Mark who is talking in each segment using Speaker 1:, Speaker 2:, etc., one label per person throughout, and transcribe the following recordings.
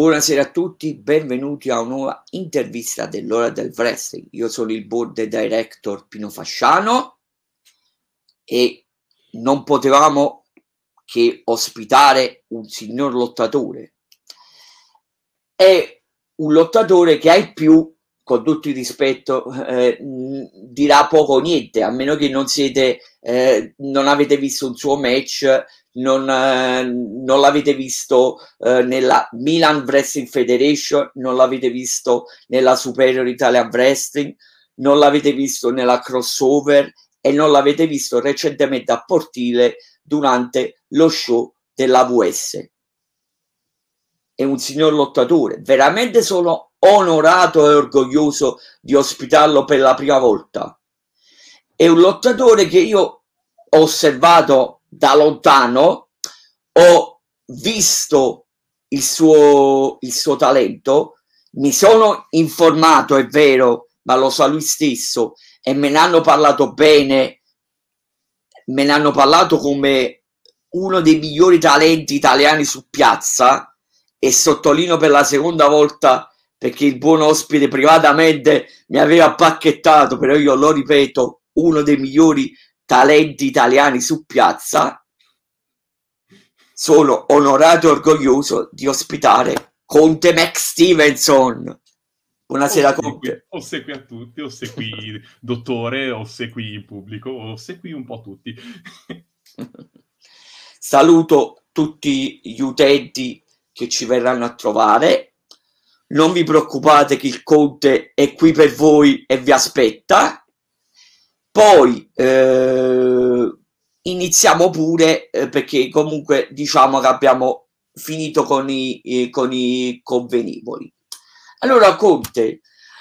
Speaker 1: Buonasera a tutti, benvenuti a una nuova intervista dell'Ora del Wrestling. Io sono il board director Pino Fasciano e non potevamo che ospitare un signor lottatore. È un lottatore che ai più, con tutto il rispetto, dirà poco o niente, a meno che non siete, non avete visto un suo match, non l'avete visto nella Milan Wrestling Federation, non l'avete visto nella Superior Italian Wrestling, non l'avete visto nella Crossover e non l'avete visto recentemente a Portile durante lo show della VS. È un signor lottatore, veramente sono onorato e orgoglioso di ospitarlo per la prima volta. È un lottatore che io ho osservato da lontano, ho visto il suo talento, mi sono informato, è vero, ma lo sa lui stesso, e me ne hanno parlato bene, me ne hanno parlato come uno dei migliori talenti italiani su piazza, e sottolineo per la seconda volta perché il buon ospite privatamente mi aveva pacchettato, però io lo ripeto, uno dei migliori talenti italiani su piazza. Sono onorato e orgoglioso di ospitare Conte McStevenson. Buonasera Conte.
Speaker 2: Ossequi a tutti, ossequi dottore, ossequi il pubblico, ossequi un po' tutti.
Speaker 1: Saluto tutti gli utenti che ci verranno a trovare. Non vi preoccupate che il Conte è qui per voi e vi aspetta. Poi iniziamo pure perché comunque diciamo che abbiamo finito con i convenevoli. Allora Conte,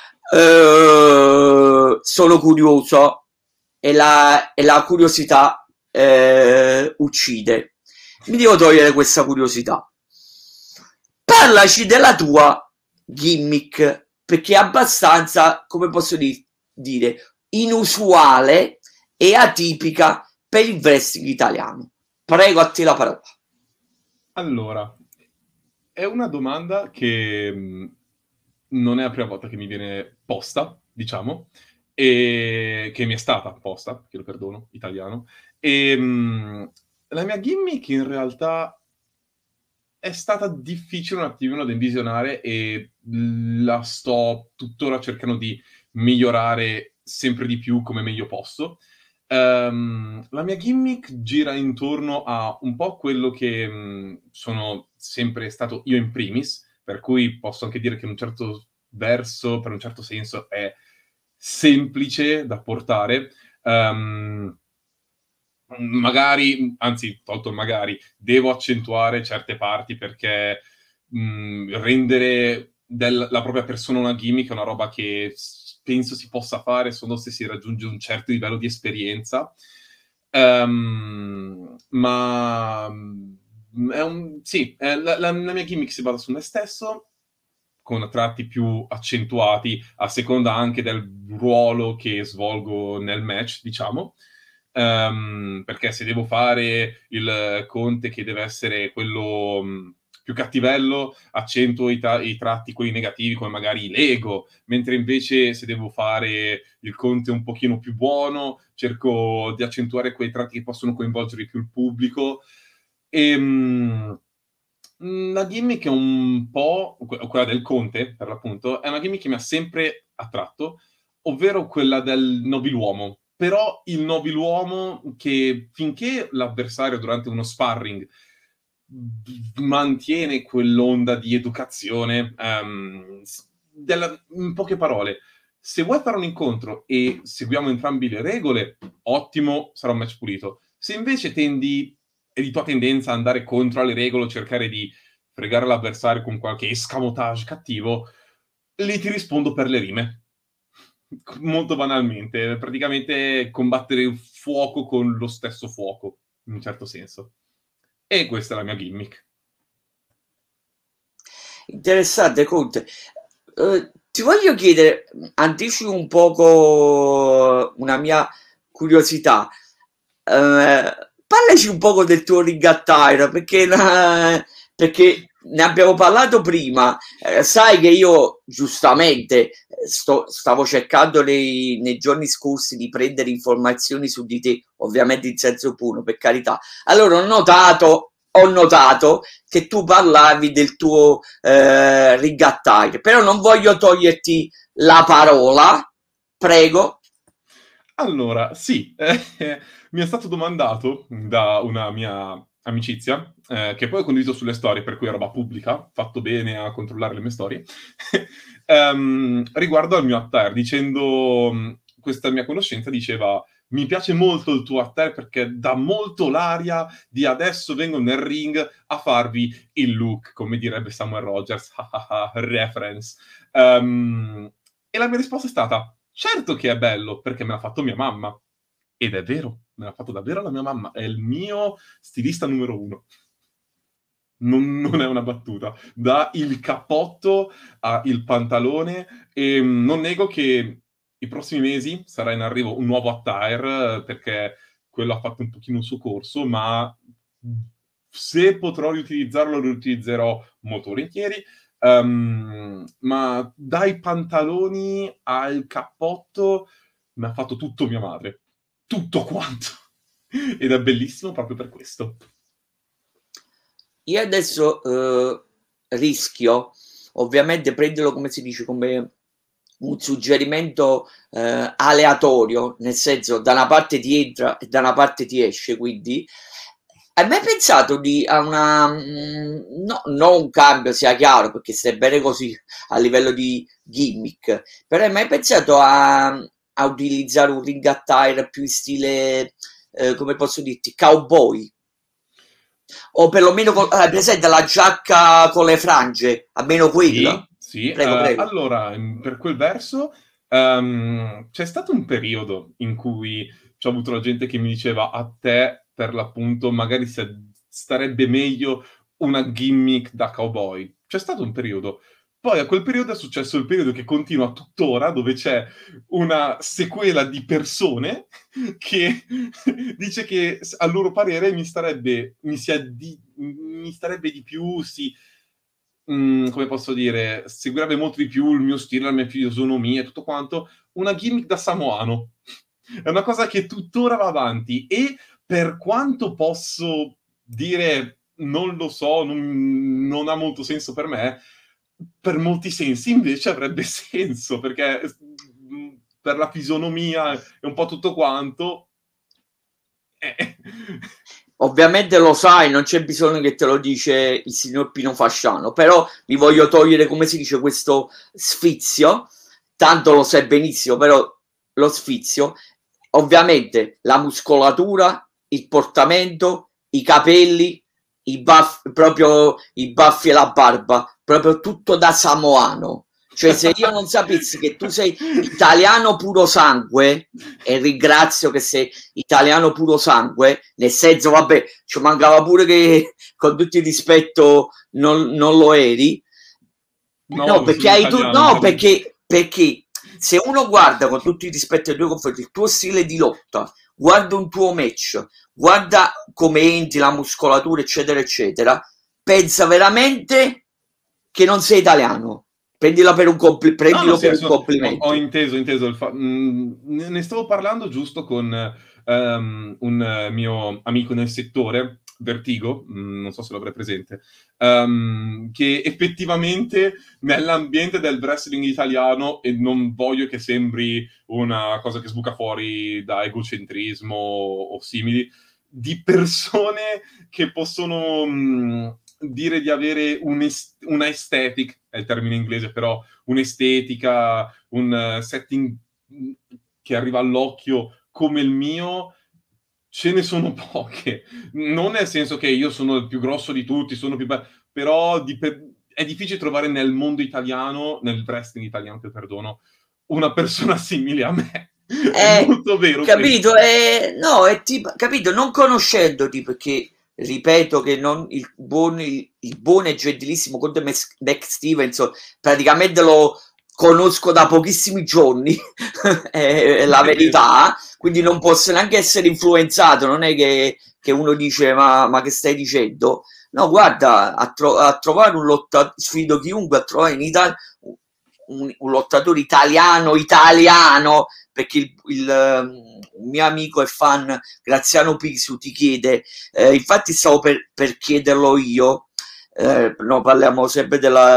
Speaker 1: sono curioso e la curiosità uccide. Mi devo togliere questa curiosità. Parlaci della tua gimmick, perché è abbastanza, come posso dire, inusuale e atipica per il wrestling italiano. Prego, a te la parola.
Speaker 2: Allora, è una domanda che non è la prima volta che mi viene posta, diciamo, e che mi è stata posta, che lo perdono, italiano. E la mia gimmick in realtà è stata difficile un attimino da envisionare e la sto tuttora cercando di migliorare sempre di più come meglio posso. La mia gimmick gira intorno a un po' quello che sono sempre stato io in primis, per cui posso anche dire che in un certo verso, per un certo senso, è semplice da portare. Magari, anzi, tolto il magari, devo accentuare certe parti perché rendere la propria persona una gimmick è una roba che penso si possa fare solo se si raggiunge un certo livello di esperienza. Ma sì, la mia gimmick si basa su me stesso, con tratti più accentuati a seconda anche del ruolo che svolgo nel match, diciamo. Perché se devo fare il Conte che deve essere quello più cattivello, accentuo i tratti quelli negativi come magari l'ego, mentre invece se devo fare il Conte un pochino più buono cerco di accentuare quei tratti che possono coinvolgere più il pubblico. La gimmick è un po' quella del Conte, per l'appunto, è una gimmick che mi ha sempre attratto, ovvero quella del nobiluomo. Però il nobiluomo che finché l'avversario durante uno sparring mantiene quell'onda di educazione, in poche parole, se vuoi fare un incontro e seguiamo entrambi le regole, ottimo, sarà un match pulito. Se invece è di tua tendenza a andare contro le regole o cercare di fregare l'avversario con qualche escamotage cattivo, lì ti rispondo per le rime. Molto banalmente, praticamente combattere il fuoco con lo stesso fuoco, in un certo senso. E questa è la mia gimmick.
Speaker 1: Interessante, Conte. Ti voglio chiedere, anticipo un poco una mia curiosità. Parlaci un poco del tuo ring attire, perché ne abbiamo parlato prima, sai che io giustamente stavo cercando nei giorni scorsi di prendere informazioni su di te, ovviamente in senso puro, per carità. Allora ho notato che tu parlavi del tuo Ring Attire, però non voglio toglierti la parola, prego.
Speaker 2: Allora, sì, mi è stato domandato da una mia amicizia, che poi ho condiviso sulle storie, per cui è roba pubblica, fatto bene a controllare le mie storie, riguardo al mio attire, dicendo, questa mia conoscenza diceva, mi piace molto il tuo attire perché dà molto l'aria di adesso vengo nel ring a farvi il look, come direbbe Samuel Rogers, reference. E la mia risposta è stata, certo che è bello, perché me l'ha fatto mia mamma. Ed è vero, me l'ha fatto davvero la mia mamma. È il mio stilista numero 1. Non è una battuta. Da il cappotto al pantalone. E non nego che i prossimi mesi sarà in arrivo un nuovo attire, perché quello ha fatto un pochino il suo corso, ma se potrò riutilizzarlo, lo riutilizzerò molto volentieri. Ma dai pantaloni al cappotto mi ha fatto tutto mia madre, tutto quanto, ed è bellissimo proprio per questo.
Speaker 1: Io adesso rischio, ovviamente prendilo come si dice, come un suggerimento aleatorio, nel senso da una parte ti entra e da una parte ti esce, quindi hai mai pensato a una no, non un cambio, sia chiaro, perché stai bene così a livello di gimmick, però hai mai pensato a utilizzare un ring attire più in stile come posso dirti, cowboy? O perlomeno presente la giacca con le frange, almeno quella.
Speaker 2: Sì.
Speaker 1: Prego, prego.
Speaker 2: Allora, per quel verso c'è stato un periodo in cui c'ho avuto la gente che mi diceva a te, per l'appunto, magari starebbe meglio una gimmick da cowboy. C'è stato un periodo. Poi a quel periodo è successo il periodo che continua tuttora, dove c'è una sequela di persone che dice che a loro parere mi starebbe di più, come posso dire, seguirebbe molto di più il mio stile, la mia fisionomia e tutto quanto, una gimmick da samoano. È una cosa che tuttora va avanti e per quanto posso dire non lo so, non ha molto senso per me, per molti sensi invece avrebbe senso, perché per la fisionomia e un po' tutto quanto.
Speaker 1: Ovviamente lo sai, non c'è bisogno che te lo dice il signor Pino Fasciano, però vi voglio togliere, come si dice, questo sfizio, tanto lo sai benissimo, però lo sfizio, ovviamente la muscolatura, il portamento, i capelli, proprio i baffi e la barba, proprio tutto da samoano. Cioè, se io non sapessi che tu sei italiano puro sangue, e ringrazio che sei italiano puro sangue, nel senso, vabbè, ci mancava pure che con tutto il rispetto non lo eri. No, perché hai tu, no, perché se uno guarda con tutto il rispetto ai tuoi confronti il tuo stile di lotta, guarda un tuo match, guarda come entri, la muscolatura, eccetera, eccetera, pensa veramente che non sei italiano. Prendilo per un complimento.
Speaker 2: Ho inteso ne stavo parlando giusto con un mio amico nel settore, Vertigo, non so se l'avrei presente, che effettivamente nell'ambiente del wrestling italiano, e non voglio che sembri una cosa che sbuca fuori da egocentrismo o simili, di persone che possono dire di avere una aesthetic, è il termine inglese, però un'estetica, un setting che arriva all'occhio come il mio, ce ne sono poche. Non nel senso che io sono il più grosso di tutti, sono più bello, però è difficile trovare nel mondo italiano, nel wrestling italiano, che perdono, una persona simile a me. È molto vero.
Speaker 1: Capito? No, è tipo, capito? Non conoscendoti, perché ripeto che non il buon e gentilissimo Conte Mac Stevenson praticamente lo conosco da pochissimi giorni, è la verità, quindi non posso neanche essere influenzato, non è che uno dice ma che stai dicendo? No, guarda, a trovare un lottatore, sfido chiunque a trovare in Italia un lottatore italiano, perché un mio amico e fan, Graziano Pisu, ti chiede, infatti stavo per chiederlo io, no, parliamo sempre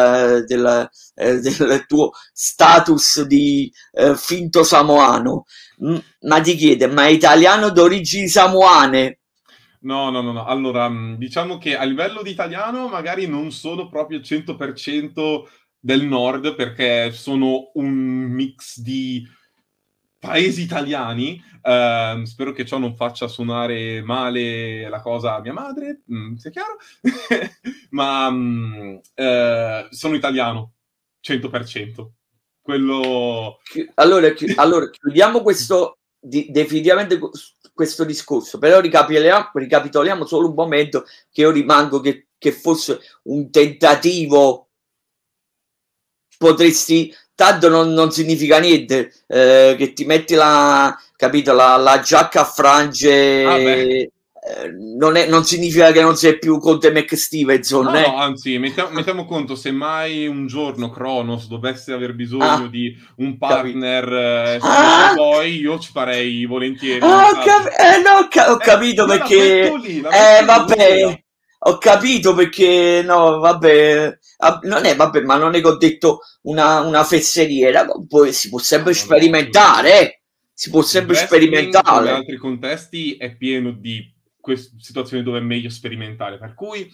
Speaker 1: del tuo status di finto samoano, ma ti chiede, ma è italiano d'origini samoane?
Speaker 2: No. Allora, diciamo che a livello di italiano magari non sono proprio il 100% del nord, perché sono un mix di paesi italiani. Spero che ciò non faccia suonare male la cosa a mia madre, sia chiaro. Ma sono italiano, 100%. Quello...
Speaker 1: Allora chiudiamo questo definitivamente questo discorso, però ricapitoliamo solo un momento, che io rimango che fosse un tentativo, potresti, tanto non significa niente, che ti metti capito, la giacca a frange, non significa che non sei più Conte McStevenson,
Speaker 2: No, anzi, mettiamo conto, se mai un giorno Kronos dovesse aver bisogno di un partner poi io ci farei volentieri.
Speaker 1: No, ho capito perché vabbè, ho capito perché no, vabbè, non è vabbè, ma non è che ho detto una fesseria, poi si può sempre sperimentare, si può sempre sperimentare.
Speaker 2: Come altri contesti è pieno di situazioni dove è meglio sperimentare, per cui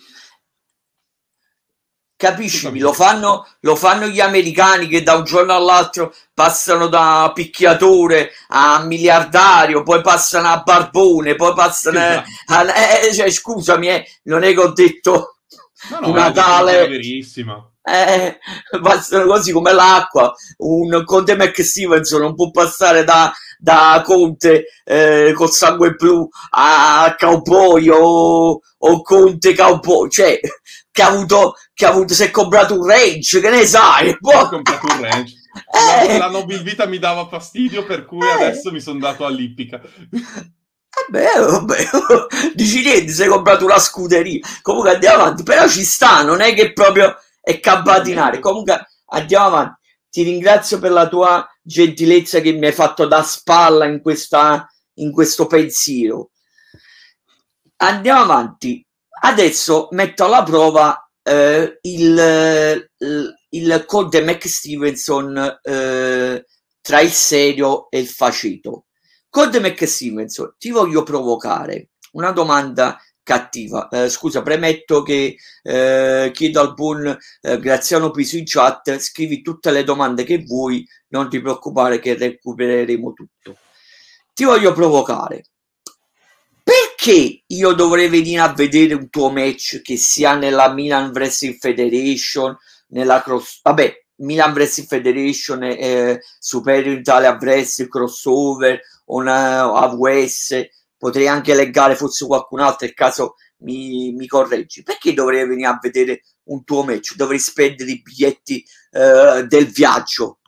Speaker 1: capisci, lo fanno gli americani, che da un giorno all'altro passano da picchiatore a miliardario, poi passano a barbone, poi passano cioè, scusami, non è che ho detto una tale
Speaker 2: verissima.
Speaker 1: Passano così come l'acqua. Un Conte McStevenson non può passare da Conte col sangue blu a Cowboy o Conte Cowboy, cioè che ha avuto si è comprato un range, che ne sai?
Speaker 2: Ho comprato un range. La nobilvita mi dava fastidio, per cui adesso mi sono dato all'ippica.
Speaker 1: Vabbè, dici niente, sei comprato una scuderia. Comunque andiamo avanti, però ci sta, non è che proprio è campatinare. Comunque andiamo avanti. Ti ringrazio per la tua gentilezza che mi hai fatto da spalla in questo pensiero. Andiamo avanti. Adesso metto alla prova il Conte McStevenson tra il serio e il faceto. Conte McStevenson, ti voglio provocare una domanda cattiva. Scusa, premetto che chiedo al buon Graziano Pisu in chat, scrivi tutte le domande che vuoi, non ti preoccupare che recupereremo tutto. Ti voglio provocare. Perché io dovrei venire a vedere un tuo match, che sia nella Milan Wrestling Federation, nella Milan Wrestling Federation, Superior Italia Wrestling, Crossover o AWS, potrei anche leggare forse qualcun altro, nel caso mi correggi? Perché dovrei venire a vedere un tuo match? Dovrei spendere i biglietti del viaggio?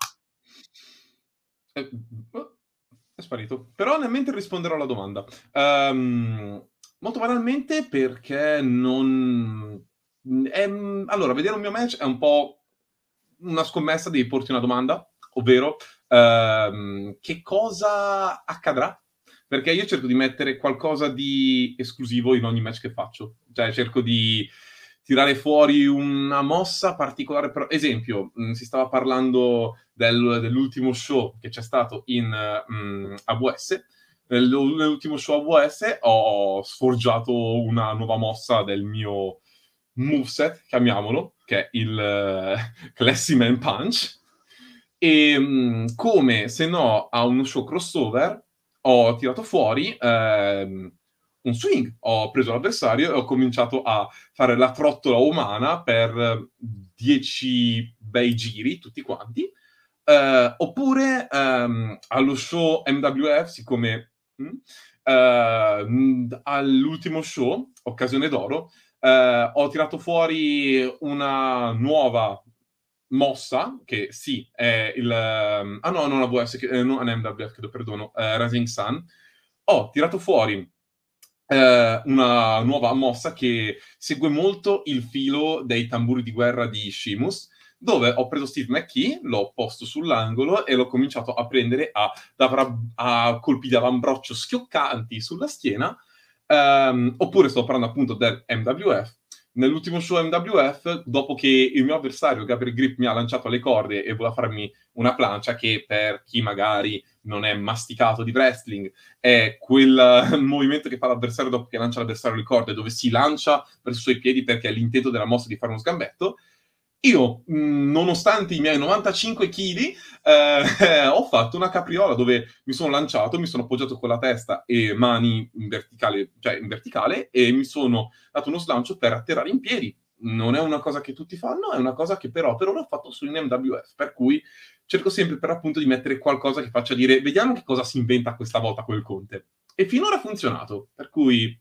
Speaker 2: È sparito. Però mentre risponderò alla domanda, molto banalmente perché allora, vedere un mio match è un po' una scommessa, devi porti una domanda, ovvero che cosa accadrà? Perché io cerco di mettere qualcosa di esclusivo in ogni match che faccio, cioè cerco di tirare fuori una mossa particolare. Per esempio, si stava parlando dell'ultimo show che c'è stato in AWS. Nell'ultimo show AWS ho sforgiato una nuova mossa del mio moveset, chiamiamolo, che è il Classy Man Punch. E come se no a uno show crossover ho tirato fuori un swing, ho preso l'avversario e ho cominciato a fare la trottola umana per 10 bei giri, tutti quanti. Oppure allo show MWF, siccome all'ultimo show, Occasione d'Oro, ho tirato fuori una nuova mossa, che sì, è il... no, non la VS, non MWF, chiedo perdono, Rising Sun, ho tirato fuori una nuova mossa che segue molto il filo dei tamburi di guerra di Sheamus, dove ho preso Steve McKee, l'ho posto sull'angolo e l'ho cominciato a prendere a colpi di avambraccio schioccanti sulla schiena, oppure sto parlando appunto del MWF. Nell'ultimo show MWF, dopo che il mio avversario Gabriel Grip mi ha lanciato alle corde e voleva farmi una plancia, che per chi magari non è masticato di wrestling è quel movimento che fa l'avversario dopo che lancia l'avversario alle corde, dove si lancia verso i suoi piedi perché è l'intento della mossa di fare uno sgambetto. Io, nonostante i miei 95 kg, ho fatto una capriola dove mi sono lanciato, mi sono appoggiato con la testa e mani in verticale, cioè in verticale, e mi sono dato uno slancio per atterrare in piedi. Non è una cosa che tutti fanno, è una cosa che però per ora ho fatto solo in MWF, per cui cerco sempre per appunto di mettere qualcosa che faccia dire vediamo che cosa si inventa questa volta quel Conte. E finora ha funzionato, per cui...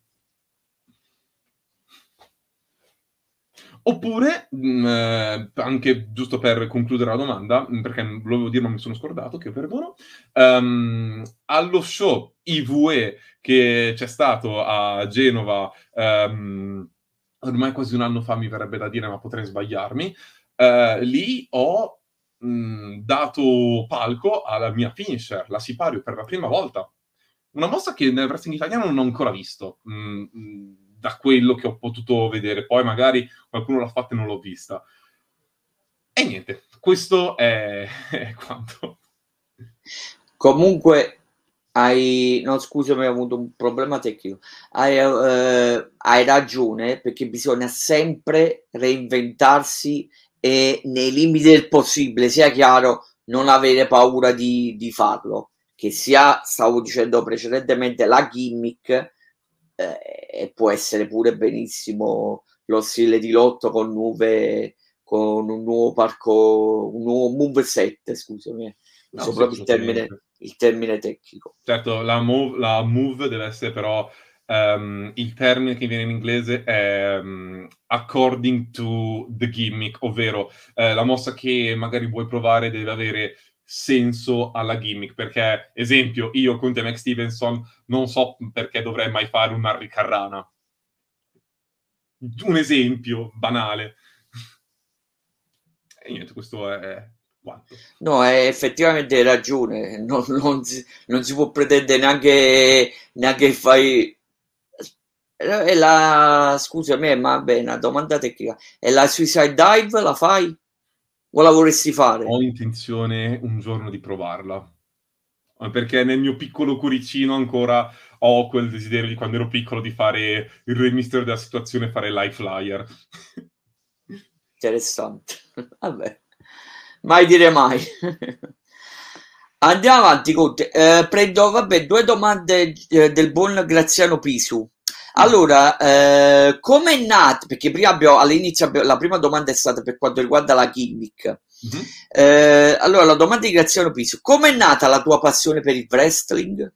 Speaker 2: Oppure, anche giusto per concludere la domanda, perché volevo dire ma mi sono scordato, che perdono, allo show IVE che c'è stato a Genova, ormai quasi un anno fa mi verrebbe da dire, ma potrei sbagliarmi, lì ho dato palco alla mia finisher, la Sipario, per la prima volta. Una mossa che nel wrestling italiano non ho ancora visto, da quello che ho potuto vedere. Poi magari qualcuno l'ha fatta e non l'ho vista. E niente, questo è quanto.
Speaker 1: Comunque hai, no scusami, ho avuto un problema tecnico. Hai ragione, perché bisogna sempre reinventarsi e nei limiti del possibile, sia chiaro, non avere paura di farlo. Che sia, stavo dicendo precedentemente, la gimmick, e può essere pure benissimo lo stile di lotto con con un nuovo parco, un nuovo moveset, scusami,
Speaker 2: No,
Speaker 1: uso
Speaker 2: sì,
Speaker 1: proprio
Speaker 2: assolutamente.
Speaker 1: il termine tecnico.
Speaker 2: Certo, la move deve essere però, il termine che viene in inglese è according to the gimmick, ovvero la mossa che magari vuoi provare deve avere senso alla gimmick, perché, esempio, io con Max Stevenson non so perché dovrei mai fare un Harry Carrana. Un esempio banale. E niente, questo è quanto.
Speaker 1: No, effettivamente hai ragione, non si può pretendere neanche fai... È scusami, ma beh, una domanda tecnica. E la Suicide Dive la fai? O la vorresti fare?
Speaker 2: Ho intenzione un giorno di provarla. Perché nel mio piccolo cuoricino ancora ho quel desiderio di quando ero piccolo di fare il re mister della situazione e fare l'high flyer.
Speaker 1: Interessante. Vabbè, mai dire mai. Andiamo avanti, Conte. Prendo, vabbè, due domande del buon Graziano Pisu. Allora, come è nata? Perché prima all'inizio la prima domanda è stata per quanto riguarda la gimmick.
Speaker 2: Mhm.
Speaker 1: Allora, la domanda di Graziano Pisu: come è nata la tua passione per il wrestling?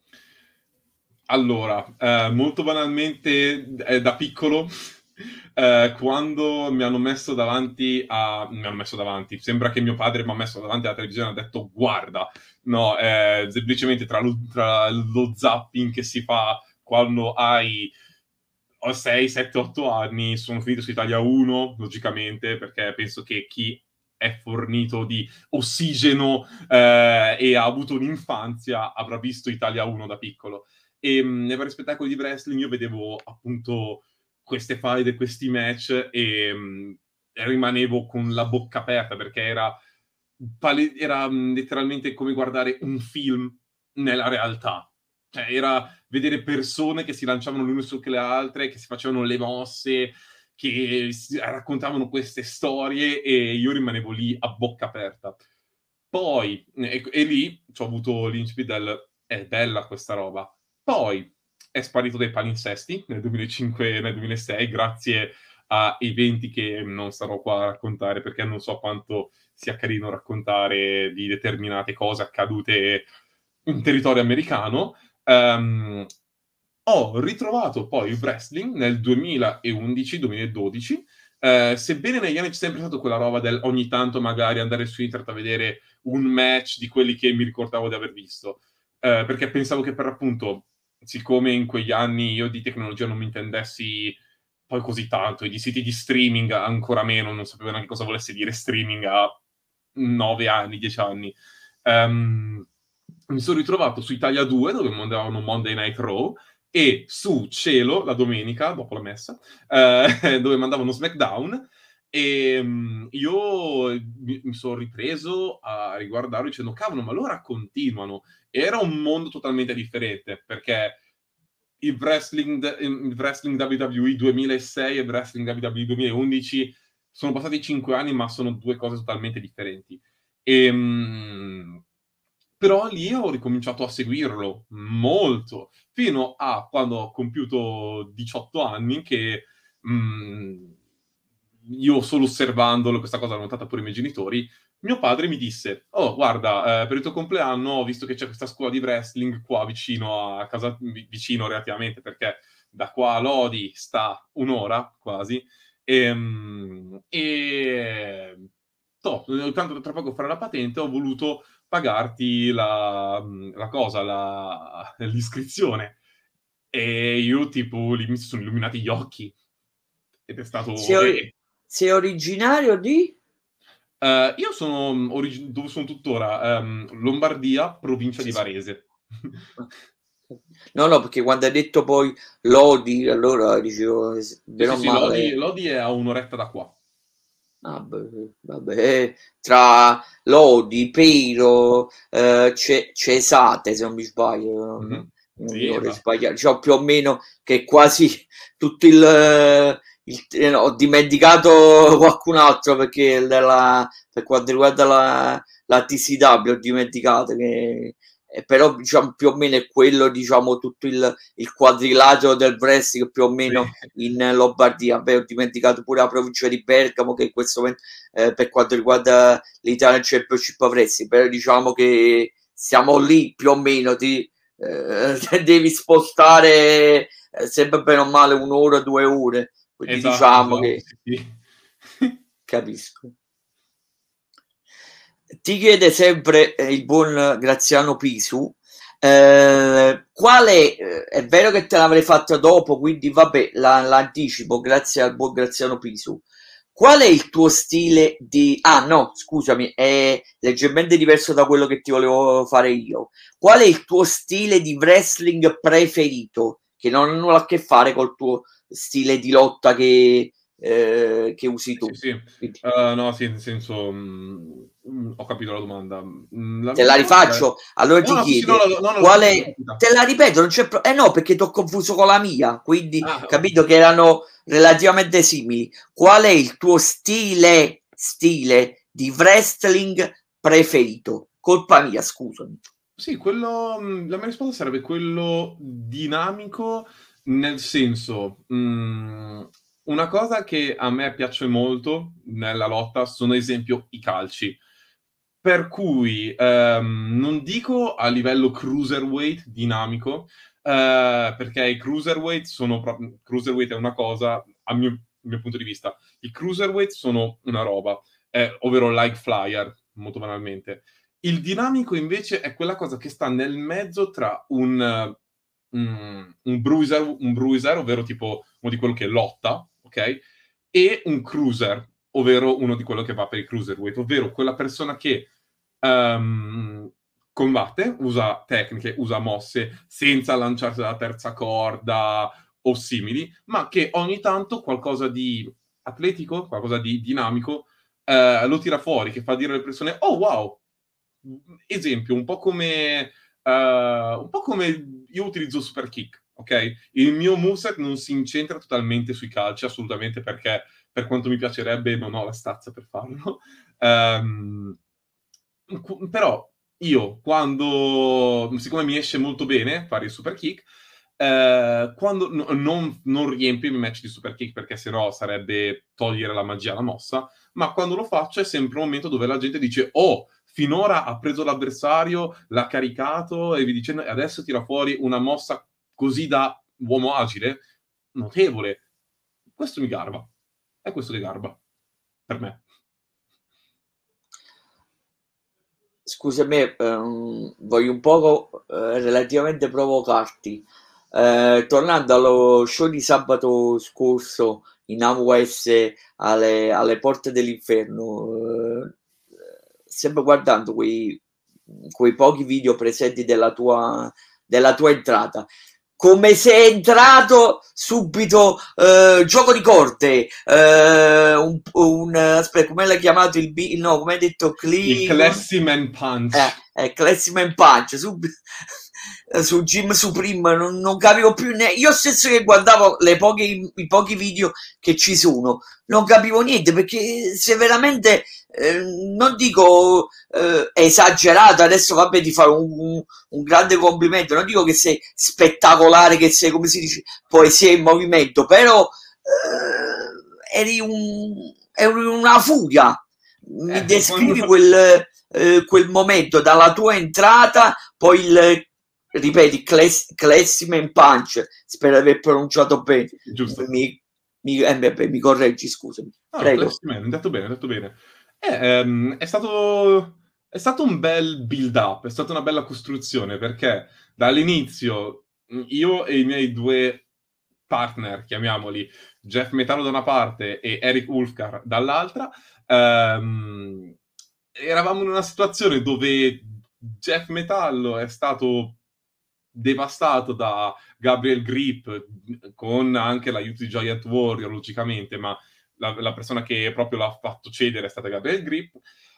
Speaker 2: Allora, molto banalmente, da piccolo, quando mi hanno messo davanti mi hanno messo davanti, sembra che mio padre mi ha messo davanti alla televisione e ha detto guarda, no, semplicemente tra lo zapping che si fa quando hai 6, 7, 8 anni, sono finito su Italia 1, logicamente, perché penso che chi è fornito di ossigeno e ha avuto un'infanzia avrà visto Italia 1 da piccolo. E nei vari spettacoli di wrestling io vedevo appunto queste fight e questi match e rimanevo con la bocca aperta perché era letteralmente come guardare un film nella realtà. Cioè, era vedere persone che si lanciavano l'une su le altre, che si facevano le mosse, che raccontavano queste storie e io rimanevo lì a bocca aperta. Poi, e lì ho avuto l'incipit è bella questa roba. Poi è sparito dai palinsesti nel 2005 e nel 2006, grazie a eventi che non starò qua a raccontare perché non so quanto sia carino raccontare di determinate cose accadute in territorio americano. Ho ritrovato poi il wrestling nel 2011-2012 Sebbene negli anni c'è sempre stato quella roba del ogni tanto magari andare su internet a vedere un match di quelli che mi ricordavo di aver visto, perché pensavo che per appunto, siccome in quegli anni io di tecnologia non mi intendessi poi così tanto, e di siti di streaming ancora meno, non sapevo neanche cosa volesse dire streaming a 9 anni, 10 anni. Mi sono ritrovato su Italia 2, dove mandavano Monday Night Raw, e su Cielo, la domenica, dopo la messa, dove mandavano SmackDown, e io mi sono ripreso a riguardarlo dicendo, cavolo, ma allora continuano. Era un mondo totalmente differente, perché il wrestling WWE 2006 e il wrestling WWE 2011 sono passati 5 anni, ma sono due cose totalmente differenti. Però lì ho ricominciato a seguirlo molto, fino a quando ho compiuto 18 anni che io solo osservandolo, questa cosa l'ho notata pure i miei genitori, mio padre mi disse, oh guarda, per il tuo compleanno ho visto che c'è questa scuola di wrestling qua vicino a casa, vicino relativamente, perché da qua a Lodi sta un'ora quasi, e tanto tra poco fare la patente, ho voluto pagarti l'iscrizione. E io tipo lì mi si sono illuminati gli occhi. Ed è stato...
Speaker 1: sei originario di?
Speaker 2: io sono dove sono tuttora, Lombardia, provincia di
Speaker 1: Sì, sì.
Speaker 2: Varese.
Speaker 1: No, perché quando hai detto poi Lodi, allora dicevo,
Speaker 2: Sì,
Speaker 1: bene
Speaker 2: sì,
Speaker 1: o
Speaker 2: sì, Lodi,
Speaker 1: male,
Speaker 2: Lodi è a un'oretta da qua.
Speaker 1: vabbè, tra Lodi, Pero, Cesate, se non mi sbaglio,
Speaker 2: Mhm.
Speaker 1: non mi
Speaker 2: Sì,
Speaker 1: vorrei
Speaker 2: esatto.
Speaker 1: sbagliare, diciamo più o meno che quasi tutto no, ho dimenticato qualcun altro perché per quanto riguarda la TCW ho dimenticato che però diciamo più o meno è quello, diciamo tutto il quadrilatero del wrestling più o
Speaker 2: Sì.
Speaker 1: meno in Lombardia. Beh, ho dimenticato pure la provincia di Bergamo che in questo momento per quanto riguarda l'Italian Championship Wrestling, però diciamo che siamo lì più o meno, devi spostare sempre bene o male un'ora, 2 ore, quindi
Speaker 2: Esatto,
Speaker 1: diciamo
Speaker 2: esatto,
Speaker 1: che
Speaker 2: sì, sì.
Speaker 1: capisco. Ti chiede sempre il buon Graziano Pisu, quale, è vero che te l'avrei fatta dopo, quindi vabbè, l'anticipo, grazie al buon Graziano Pisu. Qual è il tuo stile di... Ah no, scusami, è leggermente diverso da quello che ti volevo fare io. Qual è il tuo stile di wrestling preferito? Che non ha nulla a che fare col tuo stile di lotta che usi
Speaker 2: Sì,
Speaker 1: tu.
Speaker 2: sì.
Speaker 1: Quindi,
Speaker 2: No, sì, nel senso, ho capito la domanda. La
Speaker 1: te
Speaker 2: mia
Speaker 1: la
Speaker 2: risposta è...
Speaker 1: rifaccio? Allora
Speaker 2: No,
Speaker 1: ti
Speaker 2: no, sì, sì, no,
Speaker 1: chiede
Speaker 2: no, no, l'ho capita, l'ho
Speaker 1: quale...
Speaker 2: capita.
Speaker 1: Te la ripeto, non c'è eh no, perché ti ho confuso con la mia, quindi
Speaker 2: Ah,
Speaker 1: capito che erano relativamente simili. Qual è il tuo stile di wrestling preferito? Colpa mia, scusami.
Speaker 2: sì, quello, la mia risposta sarebbe quello dinamico, nel senso, una cosa che a me piace molto nella lotta sono, ad esempio, i calci. Per cui, non dico a livello cruiserweight dinamico, perché i cruiserweight cruiserweight è una cosa, mio punto di vista. I cruiserweight sono una roba, ovvero like flyer, molto banalmente. Il dinamico invece è quella cosa che sta nel mezzo tra un bruiser, ovvero tipo uno di quello che lotta, ok? E un cruiser, ovvero uno di quello che va per i cruiserweight, ovvero quella persona che ehm, combatte, usa tecniche, usa mosse senza lanciarsi dalla terza corda o simili, ma che ogni tanto qualcosa di atletico, qualcosa di dinamico, lo tira fuori, che fa dire alle persone, oh wow, esempio, un po' come io utilizzo super kick, ok? Il mio moveset non si incentra totalmente sui calci, assolutamente, perché per quanto mi piacerebbe non ho la stazza per farlo. Ehm, Però io quando, siccome mi esce molto bene fare il super kick, quando non riempio i miei match di super kick perché sennò sarebbe togliere la magia alla mossa, ma quando lo faccio è sempre un momento dove la gente dice oh, finora ha preso l'avversario, l'ha caricato e vi dicendo e adesso tira fuori una mossa così da uomo agile, notevole. Questo mi garba. è questo che garba, per me.
Speaker 1: Scusami, voglio un poco relativamente provocarti. Tornando allo show di sabato scorso in AWS alle porte dell'inferno, sempre guardando quei pochi video presenti della tua entrata. Come sei entrato subito, gioco di corde, aspetta, come l'hai chiamato no, come hai detto,
Speaker 2: Il Classy Man Punch.
Speaker 1: Classy Man Punch, subito su Jim Supreme, non capivo più neanche, io stesso che guardavo i pochi video che ci sono, non capivo niente, perché se veramente, non dico esagerato, adesso vabbè ti fare un grande complimento, non dico che sei spettacolare, che sei, come si dice, poesia in movimento, però eri una furia. Mi descrivi quel momento dalla tua entrata, poi ripeti, Classy Man Punch, spero di aver pronunciato bene.
Speaker 2: Giusto.
Speaker 1: Mi correggi, scusami. Prego.
Speaker 2: Classy Man, hai detto bene, hai detto bene. È stato un bel build up, è stata una bella costruzione, perché dall'inizio io e i miei due partner, chiamiamoli, Jeff Metallo da una parte e Eric Ulfkar dall'altra, eravamo in una situazione dove Jeff Metallo è stato devastato da Gabriel Grip, con anche l'aiuto di Giant Warrior, logicamente, ma la persona che proprio l'ha fatto cedere è stata Gabriel Grip.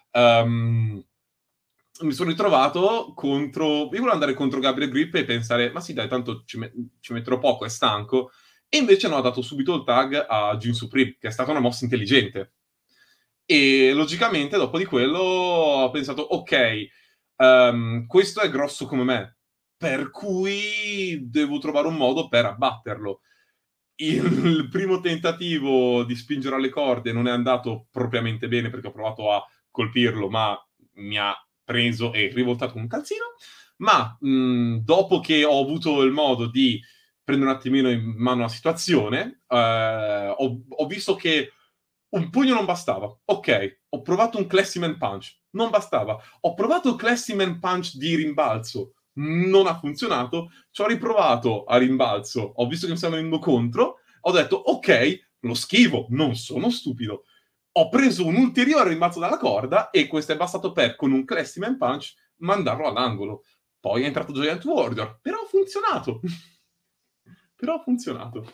Speaker 2: Mi sono ritrovato io volevo andare contro Gabriel Grip e pensare, ma sì dai, tanto ci metterò poco, è stanco, e invece no, ho dato subito il tag a Jim Supreme, che è stata una mossa intelligente. E logicamente dopo di quello ho pensato, ok, questo è grosso come me, per cui devo trovare un modo per abbatterlo. Il primo tentativo di spingere alle corde non è andato propriamente bene, perché ho provato a colpirlo, ma mi ha preso e rivoltato con un calzino. Ma dopo che ho avuto il modo di prendere un attimino in mano la situazione, ho visto che un pugno non bastava. Ok, ho provato un Classy Man Punch, non bastava. Ho provato il Classy Man Punch di rimbalzo, non ha funzionato. Ci ho riprovato a rimbalzo, ho visto che mi stanno venendo contro, ho detto ok, lo schivo, non sono stupido. Ho preso un ulteriore rimbalzo dalla corda e questo è bastato per, con un Classy Man Punch, mandarlo all'angolo. Poi è entrato Giant Warrior, però ha funzionato. Però ha funzionato.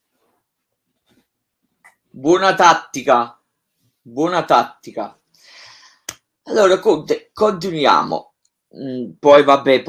Speaker 1: Buona tattica. Allora, Conte, continuiamo. Poi vabbè,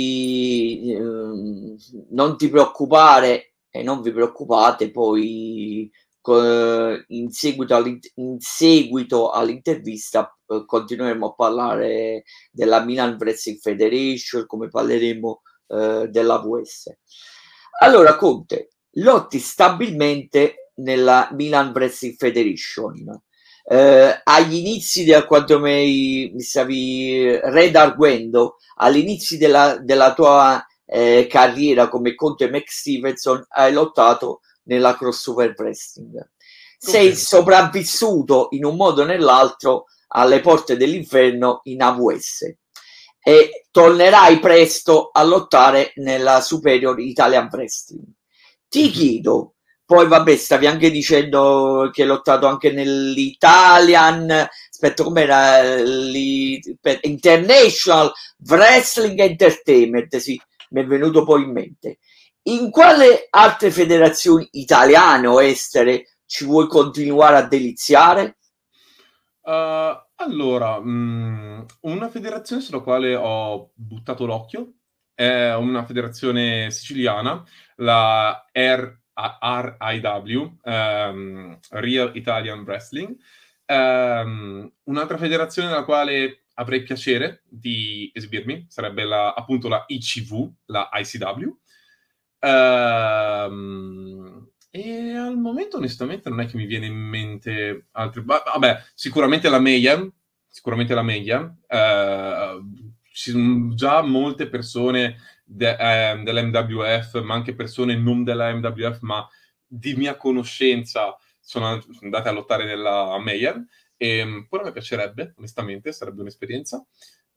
Speaker 1: non ti preoccupare e non vi preoccupate, poi in seguito all'intervista continueremo a parlare della Milan Wrestling Federation, come parleremo della VS. Allora, Conte, lotti stabilmente nella Milan Wrestling Federation. Agli inizi a quanto mi stavi Red Arguendo, all'inizio della tua carriera come Conte Mac Stevenson, hai lottato nella crossover wrestling. Sei sopravvissuto in un modo o nell'altro alle porte dell'inferno in AWS e tornerai presto a lottare nella Superior Italian Wrestling. Ti chiedo, poi vabbè, stavi anche dicendo che hai lottato anche nell'Italian, aspetta, com'era? International Wrestling Entertainment, sì, mi è venuto poi in mente. In quale altre federazioni italiane o estere ci vuoi continuare a deliziare?
Speaker 2: Allora, una federazione sulla quale ho buttato l'occhio è una federazione siciliana, la RIW, Real Italian Wrestling. Un'altra federazione nella quale avrei piacere di esibirmi sarebbe appunto la ICV, la ICW. E al momento onestamente non è che mi viene in mente altri. Vabbè, sicuramente la Mayhem. Ci sono già molte persone dell'MWF, ma anche persone non della MWF, ma di mia conoscenza, sono andate a lottare nella Mayhem, e pure a me piacerebbe, onestamente, sarebbe un'esperienza.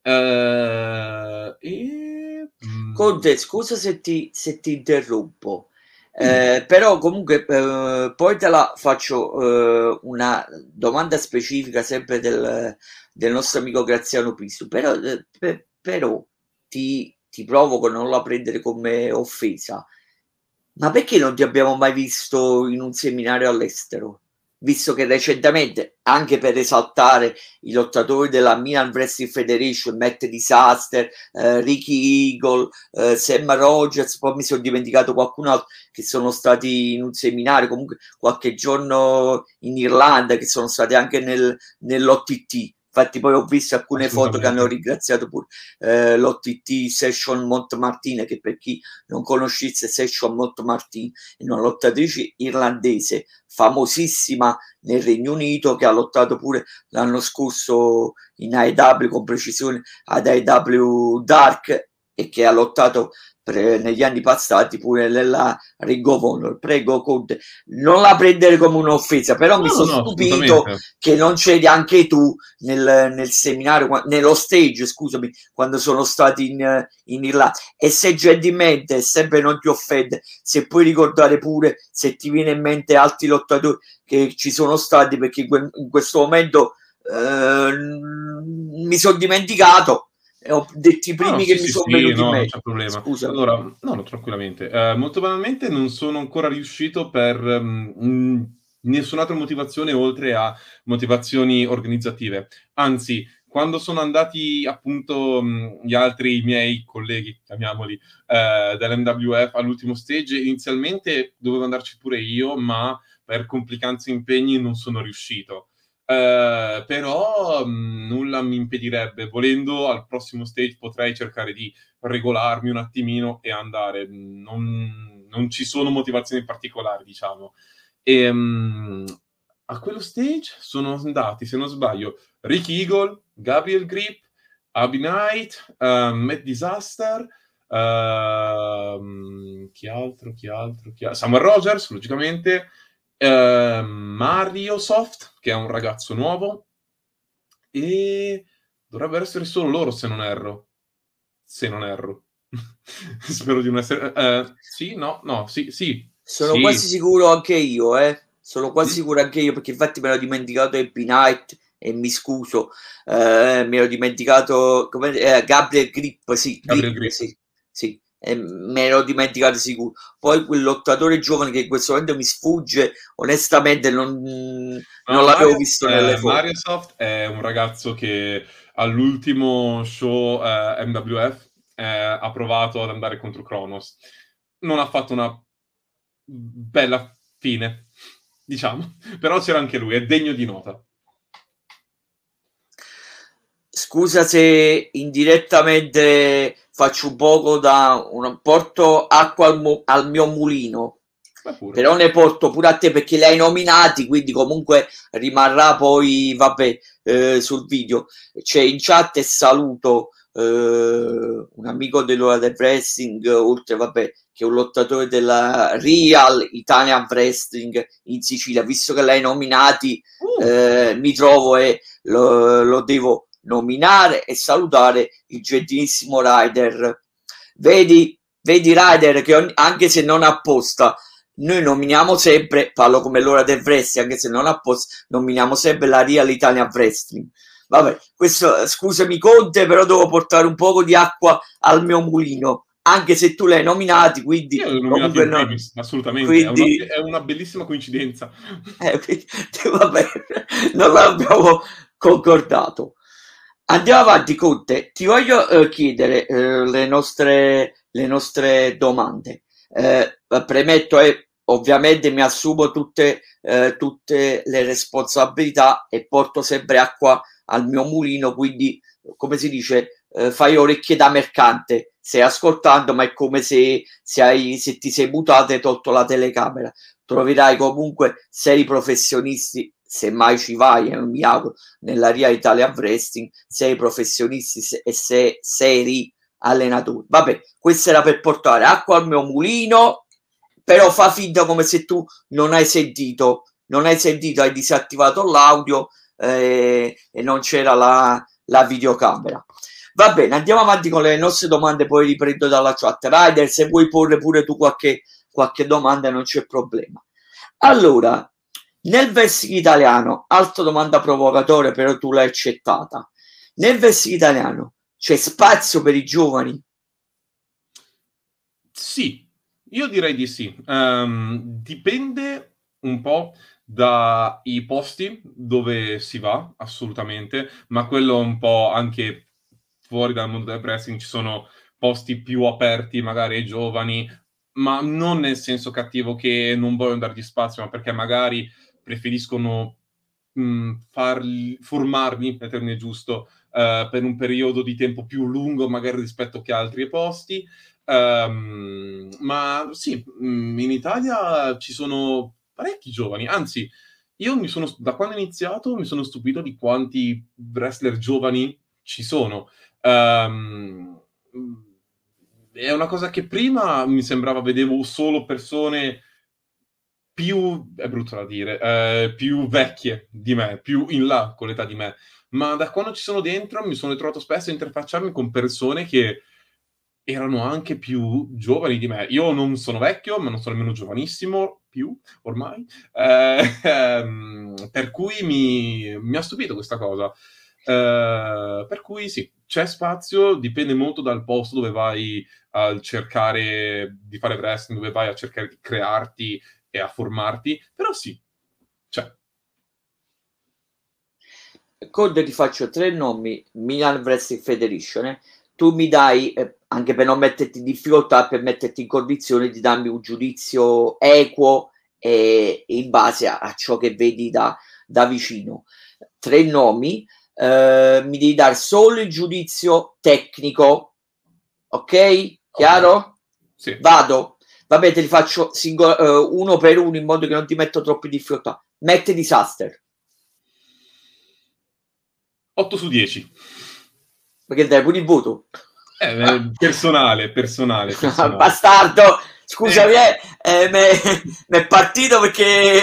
Speaker 1: Conte, scusa se ti interrompo, però comunque poi te la faccio una domanda specifica sempre del nostro amico Graziano Pisto, però ti provoco, non la prendere come offesa, ma perché non ti abbiamo mai visto in un seminario all'estero? Visto che recentemente, anche per esaltare i lottatori della Milan Wrestling Federation, Matt Disaster, Ricky Eagle, Sam Rogers, poi mi sono dimenticato qualcun altro che sono stati in un seminario, comunque qualche giorno in Irlanda, che sono stati anche nell'OTT. Infatti poi ho visto alcune foto che hanno ringraziato pure l'OTT Session Montmartin, che per chi non conoscesse Session Montmartin è una lottatrice irlandese famosissima nel Regno Unito, che ha lottato pure l'anno scorso in AEW, con precisione ad AEW Dark, e che ha lottato negli anni passati pure nella Ring of Honor. Prego Conte, non la prendere come un'offesa, però mi sono stupito che non c'eri anche tu nel seminario, nello stage, scusami, quando sono stati in Irlanda. E se gentilmente, sempre non ti offende, se puoi ricordare pure, se ti viene in mente altri lottatori che ci sono stati, perché in questo momento mi sono dimenticato. Ho detto i primi che mi sono venuti in mente.
Speaker 2: Non c'è problema. Scusa. Allora, no, tranquillamente. Molto banalmente non sono ancora riuscito per nessun'altra motivazione oltre a motivazioni organizzative. Anzi, quando sono andati appunto gli altri miei colleghi, chiamiamoli, dell'MWF all'ultimo stage, inizialmente dovevo andarci pure io, ma per complicanze e impegni non sono riuscito. Però nulla mi impedirebbe, volendo al prossimo stage potrei cercare di regolarmi un attimino e andare, non ci sono motivazioni particolari, diciamo. E a quello stage sono andati, se non sbaglio, Ricky Eagle, Gabriel Grip, Abby Knight, Matt Disaster, chi altro? Samuel Rogers, logicamente, Mario Soft, che è un ragazzo nuovo, e dovrebbero essere solo loro, se non erro. Spero di non essere... sì.
Speaker 1: Sono quasi sicuro anche io, sono quasi sicuro anche io, perché infatti me l'ho dimenticato Happy Night, e mi scuso, me l'ho dimenticato Gabriel Grip, sì, sì. Me l'ho dimenticato sicuro. Poi quel lottatore giovane che in questo momento mi sfugge, onestamente non l'avevo visto nelle foto.
Speaker 2: Mario Soft è un ragazzo che all'ultimo show MWF ha provato ad andare contro Kronos. Non ha fatto una bella fine, diciamo, però c'era anche lui, è degno di nota.
Speaker 1: Scusa se indirettamente faccio un poco porto acqua al mio mulino, però ne porto pure a te perché li hai nominati, quindi comunque rimarrà poi, vabbè, sul video. C'è in chat, e saluto un amico dell'Ora del Wrestling, oltre, vabbè, che è un lottatore della Real Italian Wrestling in Sicilia. Visto che l'hai nominati, mi trovo e lo devo nominare e salutare il gentilissimo Ryder. Vedi Ryder, che anche se non apposta, noi nominiamo sempre, parlo come l'Ora del Wrestling, anche se non apposta, nominiamo sempre la Real Italian Wrestling. Vabbè, questo, scusami Conte, però devo portare un poco di acqua al mio mulino, anche se tu l'hai nominati, quindi
Speaker 2: io l'ho nominato in primis, assolutamente, quindi, è una bellissima coincidenza.
Speaker 1: Quindi, vabbè, non l'abbiamo concordato. Andiamo avanti, Conte. Ti voglio chiedere le nostre domande. Premetto, ovviamente mi assumo tutte le responsabilità e porto sempre acqua al mio mulino, quindi, come si dice, fai orecchie da mercante. Stai ascoltando, ma è come se ti sei mutato e hai tolto la telecamera. Troverai comunque seri professionisti, se mai ci vai, mi auguro, nella Real Italian Wrestling, sei professionisti e seri allenatori. Vabbè, questo era per portare acqua al mio mulino, però fa finta come se tu non hai sentito non hai sentito, hai disattivato l'audio e non c'era la videocamera. Va bene, andiamo avanti con le nostre domande, poi riprendo dalla chat. Rider, se vuoi porre pure tu qualche domanda non c'è problema. Allora, nel versico italiano, altra domanda provocatoria, però tu l'hai accettata. Nel versico italiano c'è spazio per i giovani?
Speaker 2: Sì, io direi di sì. Dipende un po' dai posti dove si va, assolutamente, ma quello un po' anche fuori dal mondo del wrestling, ci sono posti più aperti magari ai giovani, ma non nel senso cattivo che non vogliono dargli spazio, ma perché magari preferiscono formarli, nel termine giusto, per un periodo di tempo più lungo magari rispetto che altri posti. Ma sì, in Italia ci sono parecchi giovani, anzi, da quando ho iniziato mi sono stupito di quanti wrestler giovani ci sono. Ehm, è una cosa che prima mi sembrava vedevo solo persone più, è brutto da dire, più vecchie di me, più in là con l'età di me, ma da quando ci sono dentro mi sono trovato spesso a interfacciarmi con persone che erano anche più giovani di me. Io non sono vecchio, ma non sono nemmeno giovanissimo più, ormai. Per cui mi ha stupito questa cosa. Per cui sì, c'è spazio, dipende molto dal posto dove vai a cercare di fare wrestling, dove vai a cercare di crearti e a formarti, però sì, c'è.
Speaker 1: Conte, ti faccio 3 nomi, Milan Wrestling Federation, tu mi dai, anche per non metterti in difficoltà, per metterti in condizione di darmi un giudizio equo e in base a ciò che vedi da vicino. 3 nomi, mi devi dare solo il giudizio tecnico, ok? Chiaro?
Speaker 2: Okay. Sì.
Speaker 1: Vado. Vabbè, te li faccio uno per uno in modo che non ti metto troppo in difficoltà. Matt Disaster.
Speaker 2: 8 su 10.
Speaker 1: Perché dai pure il voto?
Speaker 2: Personale.
Speaker 1: Bastardo, scusami, mi è partito perché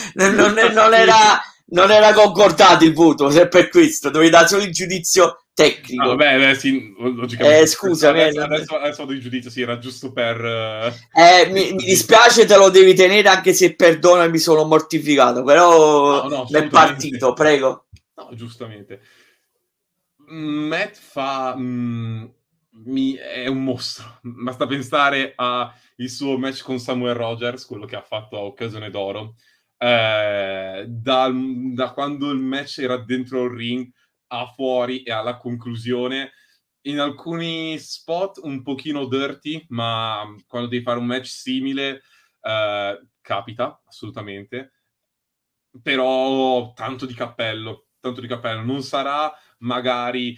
Speaker 1: non era concordato il voto, se per questo dovevi dare solo il giudizio tecnico.
Speaker 2: Beh, sì, logicamente.
Speaker 1: Scusami,
Speaker 2: Adesso vado in giudizio, sì, era giusto per...
Speaker 1: mi dispiace, te lo devi tenere anche se perdono e mi sono mortificato, però
Speaker 2: No,
Speaker 1: mi è partito, prego.
Speaker 2: No, giustamente. Matt fa... è un mostro. Basta pensare al suo match con Samuel Rogers, quello che ha fatto a Occasione d'Oro. Da quando il match era dentro il ring a fuori e alla conclusione, in alcuni spot un pochino dirty, ma quando devi fare un match simile capita, assolutamente. Però tanto di cappello. Non sarà magari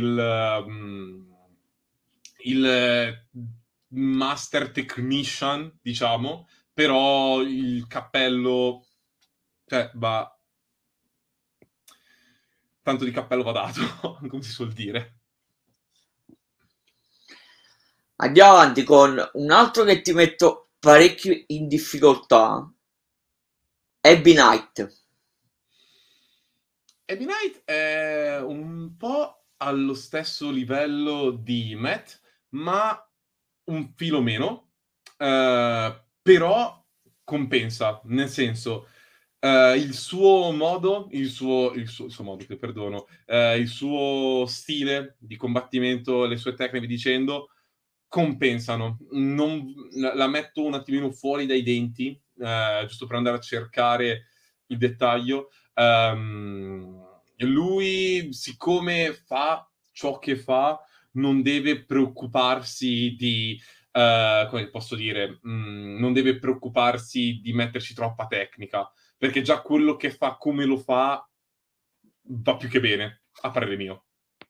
Speaker 2: il master technician, diciamo, però il cappello, cioè, va... Tanto di cappello va dato, come si suol dire.
Speaker 1: Andiamo avanti con un altro che ti metto parecchio in difficoltà. Abby Knight.
Speaker 2: Abby Knight è un po' allo stesso livello di Matt, ma un filo meno, però compensa, nel senso, il suo modo, il suo modo, che perdono, il suo stile di combattimento, le sue tecniche, dicendo, compensano. La metto un attimino fuori dai denti, giusto per andare a cercare il dettaglio. Lui, siccome fa ciò che fa, non deve preoccuparsi di, come posso dire, non deve preoccuparsi di metterci troppa tecnica, perché già quello che fa, come lo fa, va più che bene, a parere mio.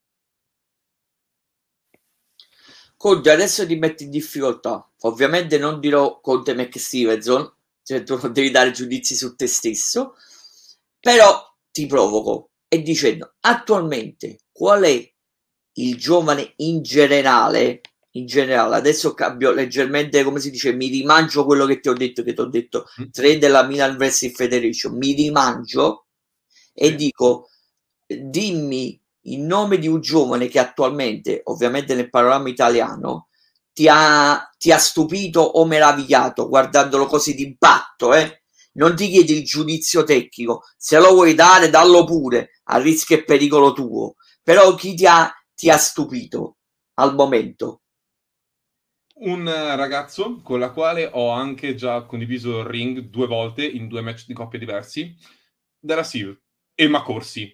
Speaker 1: Conte, adesso ti metti in difficoltà. Ovviamente non dirò Conte McStevenson, cioè tu non devi dare giudizi su te stesso, però ti provoco e dicendo attualmente qual è il giovane in generale in generale. Adesso cambio leggermente, come si dice, mi rimangio quello che ti ho detto, 3 della Milan Wrestling Federation, mi rimangio e
Speaker 2: Sì.
Speaker 1: dico, dimmi il nome di un giovane che attualmente, ovviamente nel panorama italiano, ti ha stupito o meravigliato guardandolo così d'impatto, non ti chiedi il giudizio tecnico, se lo vuoi dare dallo pure, a rischio e pericolo tuo, però chi ti ha stupito al momento?
Speaker 2: Un ragazzo con la quale ho anche già condiviso il ring 2 volte in 2 match di coppia diversi, della Sil, Emma Corsi.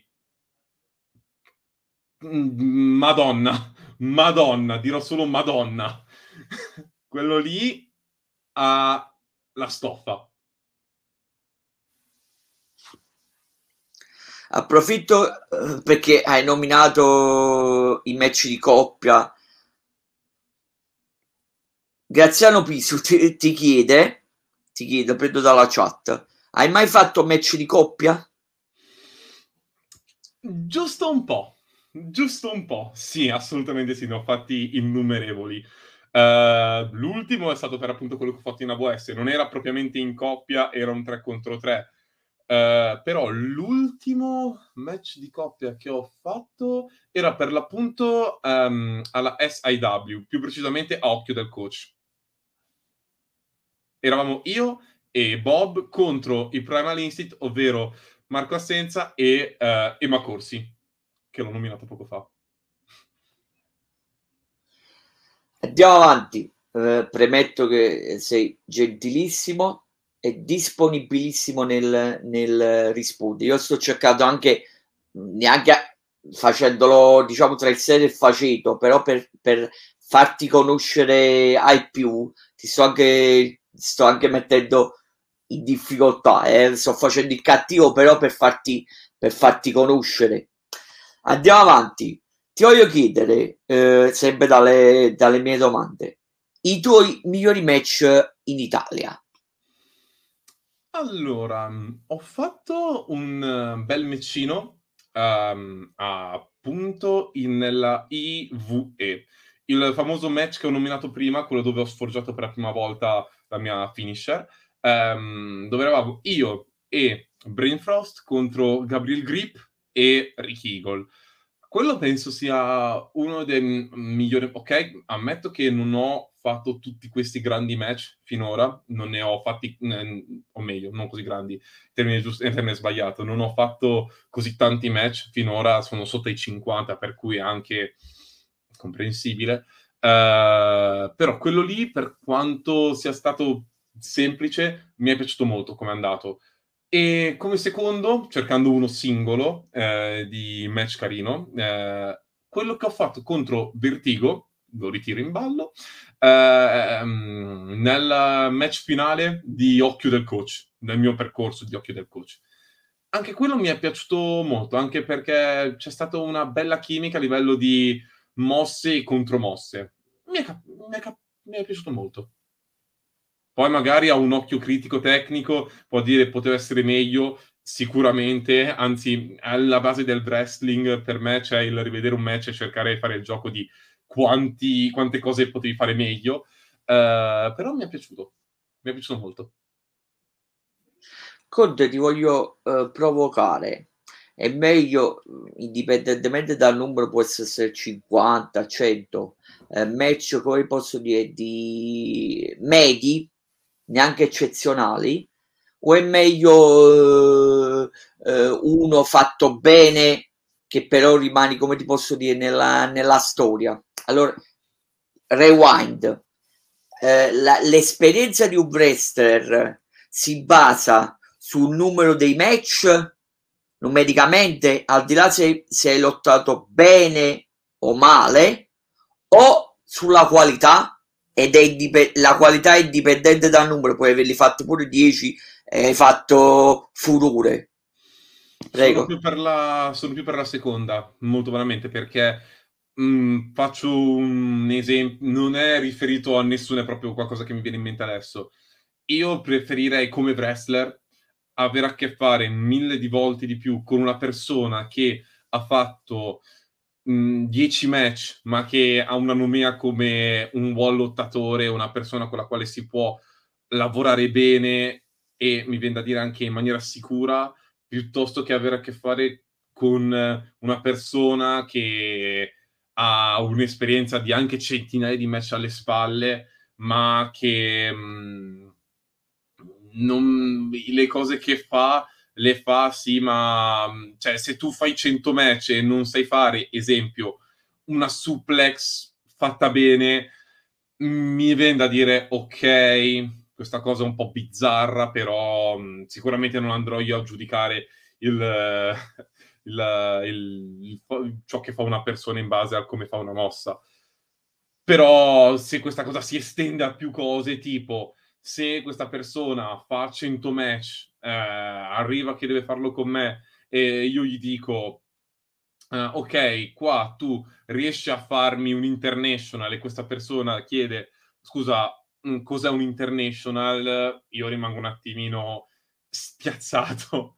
Speaker 2: Madonna, Madonna, dirò solo Madonna. Quello lì ha la stoffa.
Speaker 1: Approfitto perché hai nominato i match di coppia. Graziano Pisu ti chiede, prendo dalla chat, hai mai fatto match di coppia?
Speaker 2: Giusto un po', giusto un po'. Sì, assolutamente sì, ne ho fatti innumerevoli. L'ultimo è stato per appunto quello che ho fatto in AWS, non era propriamente in coppia, era un 3 contro 3. Però l'ultimo match di coppia che ho fatto era per l'appunto alla SIW, più precisamente a Occhio del Coach. Eravamo io e Bob contro i Primal Instinct, ovvero Marco Assenza e Emma Corsi, che l'ho nominato poco fa.
Speaker 1: Andiamo avanti. Premetto che sei gentilissimo e disponibilissimo nel rispondere. Io sto cercando anche, neanche facendolo diciamo tra il serio e il faceto, però per farti conoscere ai più, ti sto anche mettendo in difficoltà, sto facendo il cattivo però per farti conoscere. Andiamo avanti. Ti voglio chiedere, sempre dalle mie domande, i tuoi migliori match in Italia.
Speaker 2: Allora, ho fatto un bel matchino appunto nella IWE, il famoso match che ho nominato prima, quello dove ho sforgiato per la prima volta la mia finisher, dove eravamo io e Brainfrost contro Gabriel Grip e Rick Eagle. Quello penso sia uno dei migliori. Ok, ammetto che non ho fatto tutti questi grandi match finora, non ne ho fatti, o meglio, non così grandi, termine giusto, termine sbagliato, non ho fatto così tanti match finora, sono sotto i 50, per cui è anche comprensibile. Però quello lì, per quanto sia stato semplice, mi è piaciuto molto come è andato. E come secondo, cercando uno singolo di match carino, quello che ho fatto contro Vertigo, lo ritiro in ballo, nel match finale di Occhio del Coach, nel mio percorso di Occhio del Coach. Anche quello mi è piaciuto molto, anche perché c'è stata una bella chimica a livello di mosse e contromosse. Mi è piaciuto molto. Poi magari a un occhio critico tecnico può dire poteva essere meglio, sicuramente, anzi alla base del wrestling per me c'è il rivedere un match e cercare di fare il gioco di quante cose potevi fare meglio, però mi è piaciuto molto.
Speaker 1: Conte, ti voglio provocare. È meglio, indipendentemente dal numero, può essere 50, 100 match, come posso dire, di medi, neanche eccezionali, o è meglio uno fatto bene che però rimani, come ti posso dire, nella storia? Allora, rewind. L'esperienza di un wrestler si basa sul numero dei match numericamente, al di là se hai lottato bene o male, o sulla qualità, ed la qualità è indipendente dal numero, puoi averli fatti pure 10 e hai fatto furore.
Speaker 2: Sono
Speaker 1: Prego.
Speaker 2: più sono più per la seconda, molto veramente, perché faccio un esempio, non è riferito a nessuno, è proprio qualcosa che mi viene in mente adesso. Io preferirei come wrestler avere a che fare 1000 di volte di più con una persona che ha fatto 10 match, ma che ha una nomea come un buon lottatore, una persona con la quale si può lavorare bene e mi vien da dire anche in maniera sicura, piuttosto che avere a che fare con una persona che ha un'esperienza di anche centinaia di match alle spalle, ma che non le cose che fa le fa sì, ma cioè se tu fai 100 match e non sai fare, esempio, una suplex fatta bene, mi vien da dire: "Okay, questa cosa è un po' bizzarra, però, sicuramente non andrò io a giudicare il ciò che fa una persona in base a come fa una mossa". Però se questa cosa si estende a più cose, tipo se questa persona fa 100 match, arriva che deve farlo con me e io gli dico: okay, qua tu riesci a farmi un international", e questa persona chiede: "Scusa, cos'è un international?" Io rimango un attimino spiazzato.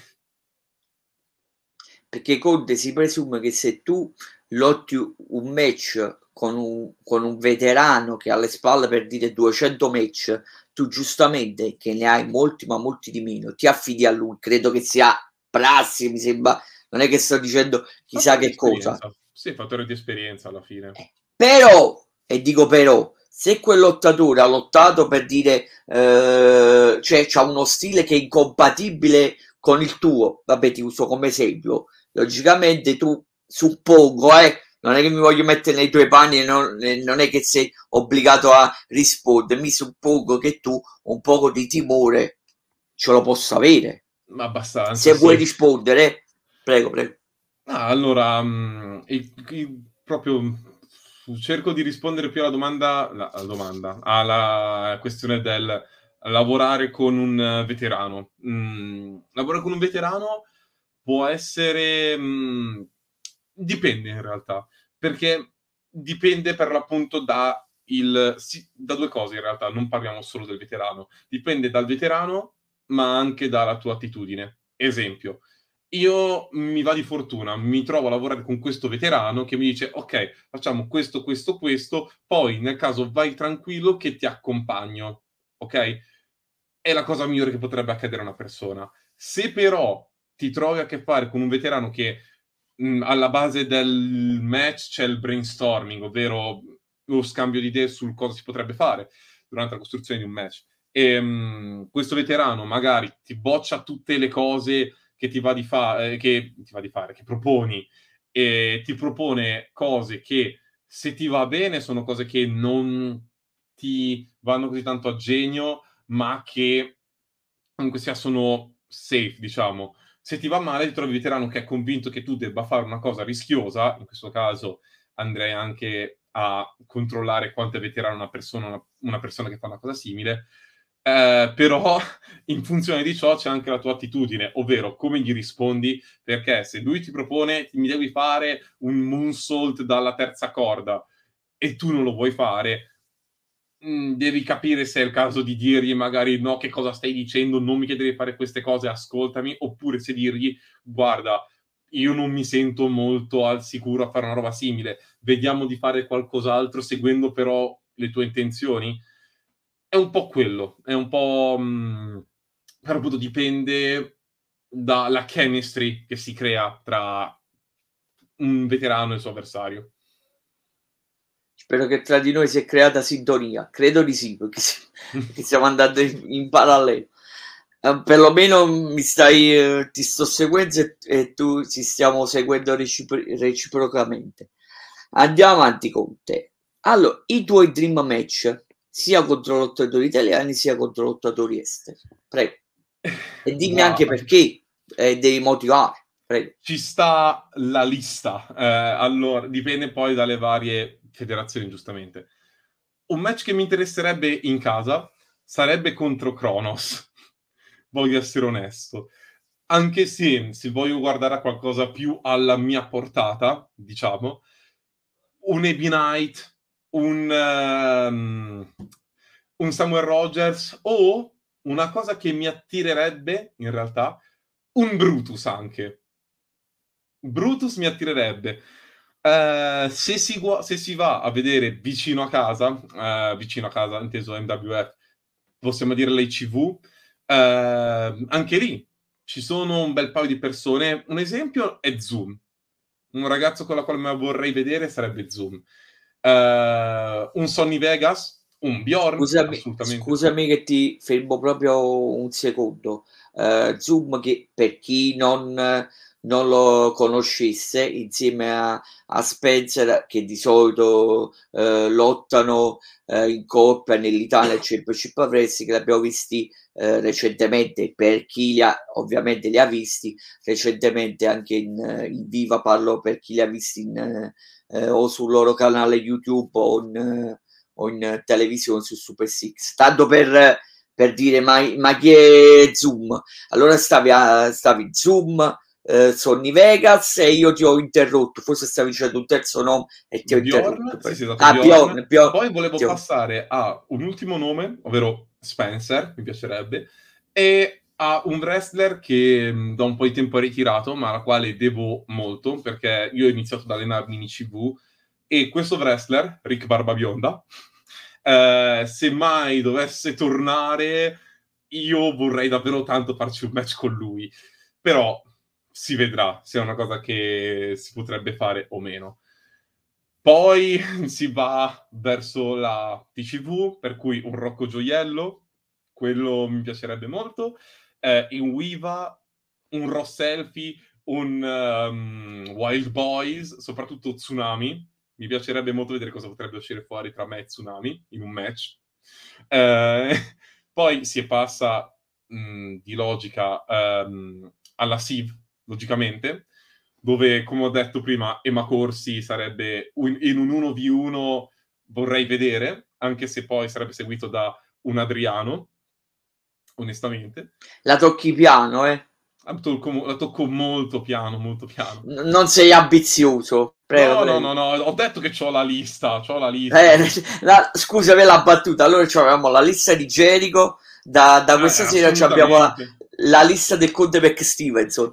Speaker 1: Perché Conte si presume che se tu lotti un match con un veterano che ha alle spalle per dire 200 match, tu giustamente, che ne hai molti, ma molti di meno, ti affidi a lui. Credo che sia prassi, mi sembra, non è che sto dicendo chissà
Speaker 2: Fattore di
Speaker 1: che cosa.
Speaker 2: esperienza. Sì, fattore di esperienza alla fine.
Speaker 1: Però, e dico però, se quel lottatore ha lottato per dire, cioè c'ha uno stile che è incompatibile con il tuo, vabbè ti uso come esempio, logicamente tu, suppongo, non è che mi voglio mettere nei tuoi panni, non è che sei obbligato a rispondermi, suppongo che tu un poco di timore ce lo possa avere.
Speaker 2: Abbastanza,
Speaker 1: Se vuoi
Speaker 2: sì.
Speaker 1: rispondere, prego, prego.
Speaker 2: Allora, il proprio cerco di rispondere più alla questione del lavorare con un veterano. Lavorare con un veterano può essere dipende in realtà, perché dipende per l'appunto da 2 cose in realtà, non parliamo solo del veterano. Dipende dal veterano, ma anche dalla tua attitudine. Esempio: io mi va di fortuna, mi trovo a lavorare con questo veterano che mi dice: "Okay, facciamo questo, questo, questo, poi nel caso vai tranquillo che ti accompagno." Okay? È la cosa migliore che potrebbe accadere a una persona. Se però ti trovi a che fare con un veterano che, alla base del match c'è il brainstorming, ovvero lo scambio di idee sul cosa si potrebbe fare durante la costruzione di un match. Questo veterano magari ti boccia tutte le cose che ti va di che ti va di fare, che proponi, e ti propone cose che, se ti va bene, sono cose che non ti vanno così tanto a genio, ma che comunque sia sono safe, diciamo. Se ti va male, ti trovi il veterano che è convinto che tu debba fare una cosa rischiosa, in questo caso andrei anche a controllare quanto è veterana una persona che fa una cosa simile, però in funzione di ciò c'è anche la tua attitudine, ovvero come gli rispondi, perché se lui ti propone: "Mi devi fare un moonsault dalla terza corda", e tu non lo vuoi fare, devi capire se è il caso di dirgli magari: "No, che cosa stai dicendo? Non mi chiedere di fare queste cose, ascoltami." Oppure se dirgli: "Guarda, io non mi sento molto al sicuro a fare una roba simile. Vediamo di fare qualcos'altro seguendo però le tue intenzioni?" È un po' quello, è un po', però appunto dipende dalla chemistry che si crea tra un veterano e il suo avversario.
Speaker 1: Spero che tra di noi si è creata sintonia. Credo di sì, perché, perché stiamo andando in parallelo. Perlomeno mi stai, ti sto seguendo e tu ci stiamo seguendo reciprocamente. Andiamo avanti con te. Allora, i tuoi dream match, sia contro lottatori italiani sia contro lottatori esteri. Prego. E dimmi
Speaker 2: Guarda,
Speaker 1: anche perché, devi motivare. Prego.
Speaker 2: ci sta la lista. Allora, dipende poi dalle varie federazioni, giustamente. Un match che mi interesserebbe in casa sarebbe contro Kronos, voglio essere onesto. Anche se voglio guardare a qualcosa più alla mia portata, diciamo, un Eddie Knight, un Samuel Rogers o una cosa che mi attirerebbe, in realtà, un Brutus anche. Brutus mi attirerebbe. Se si va a vedere vicino a casa inteso MWF, possiamo dire l'ICV, anche lì ci sono un bel paio di persone. Un esempio è Zoom. Un ragazzo con la quale me la vorrei vedere sarebbe Zoom. Un Sonny Vegas, un Bjorn, assolutamente.
Speaker 1: Scusami che ti fermo proprio un secondo. Zoom, che per chi non lo conoscesse, insieme a Spencer, che di solito lottano in coppia nell'Italia Championship Wrestling, che l'abbiamo visti recentemente, per chi ovviamente li ha visti recentemente anche in viva, parlo per chi li ha visti o sul loro canale YouTube o in televisione su Super Six, tanto per dire ma chi è Zoom? Allora stavi Zoom, Sonny Vegas, e io ti ho interrotto, forse stavi dicendo un terzo nome e ti ho interrotto.
Speaker 2: Sì, esatto,
Speaker 1: Bjorn.
Speaker 2: Poi volevo passare a un ultimo nome, ovvero Spencer, mi piacerebbe, e a un wrestler che da un po' di tempo è ritirato, ma alla quale devo molto, perché io ho iniziato ad allenarmi in ICV, e questo wrestler, Rick Barbabionda, se mai dovesse tornare, io vorrei davvero tanto farci un match con lui, però si vedrà se è una cosa che si potrebbe fare o meno. Poi si va verso la TCV, per cui un Rocco Gioiello, quello mi piacerebbe molto, in Wiva un Ross Elfie, un Wild Boys, soprattutto Tsunami. Mi piacerebbe molto vedere cosa potrebbe uscire fuori tra me e Tsunami in un match. Poi si passa di logica alla SIV, logicamente, dove, come ho detto prima, Emma Corsi sarebbe in un 1v1 vorrei vedere, anche se poi sarebbe seguito da un Adriano, onestamente.
Speaker 1: La tocchi piano,
Speaker 2: La tocco molto piano, molto piano.
Speaker 1: Non sei ambizioso. Prego,
Speaker 2: no, ho detto che c'ho la lista.
Speaker 1: Scusami la battuta, allora abbiamo la lista di Jericho, da questa sera abbiamo la lista del Conte McStevenson.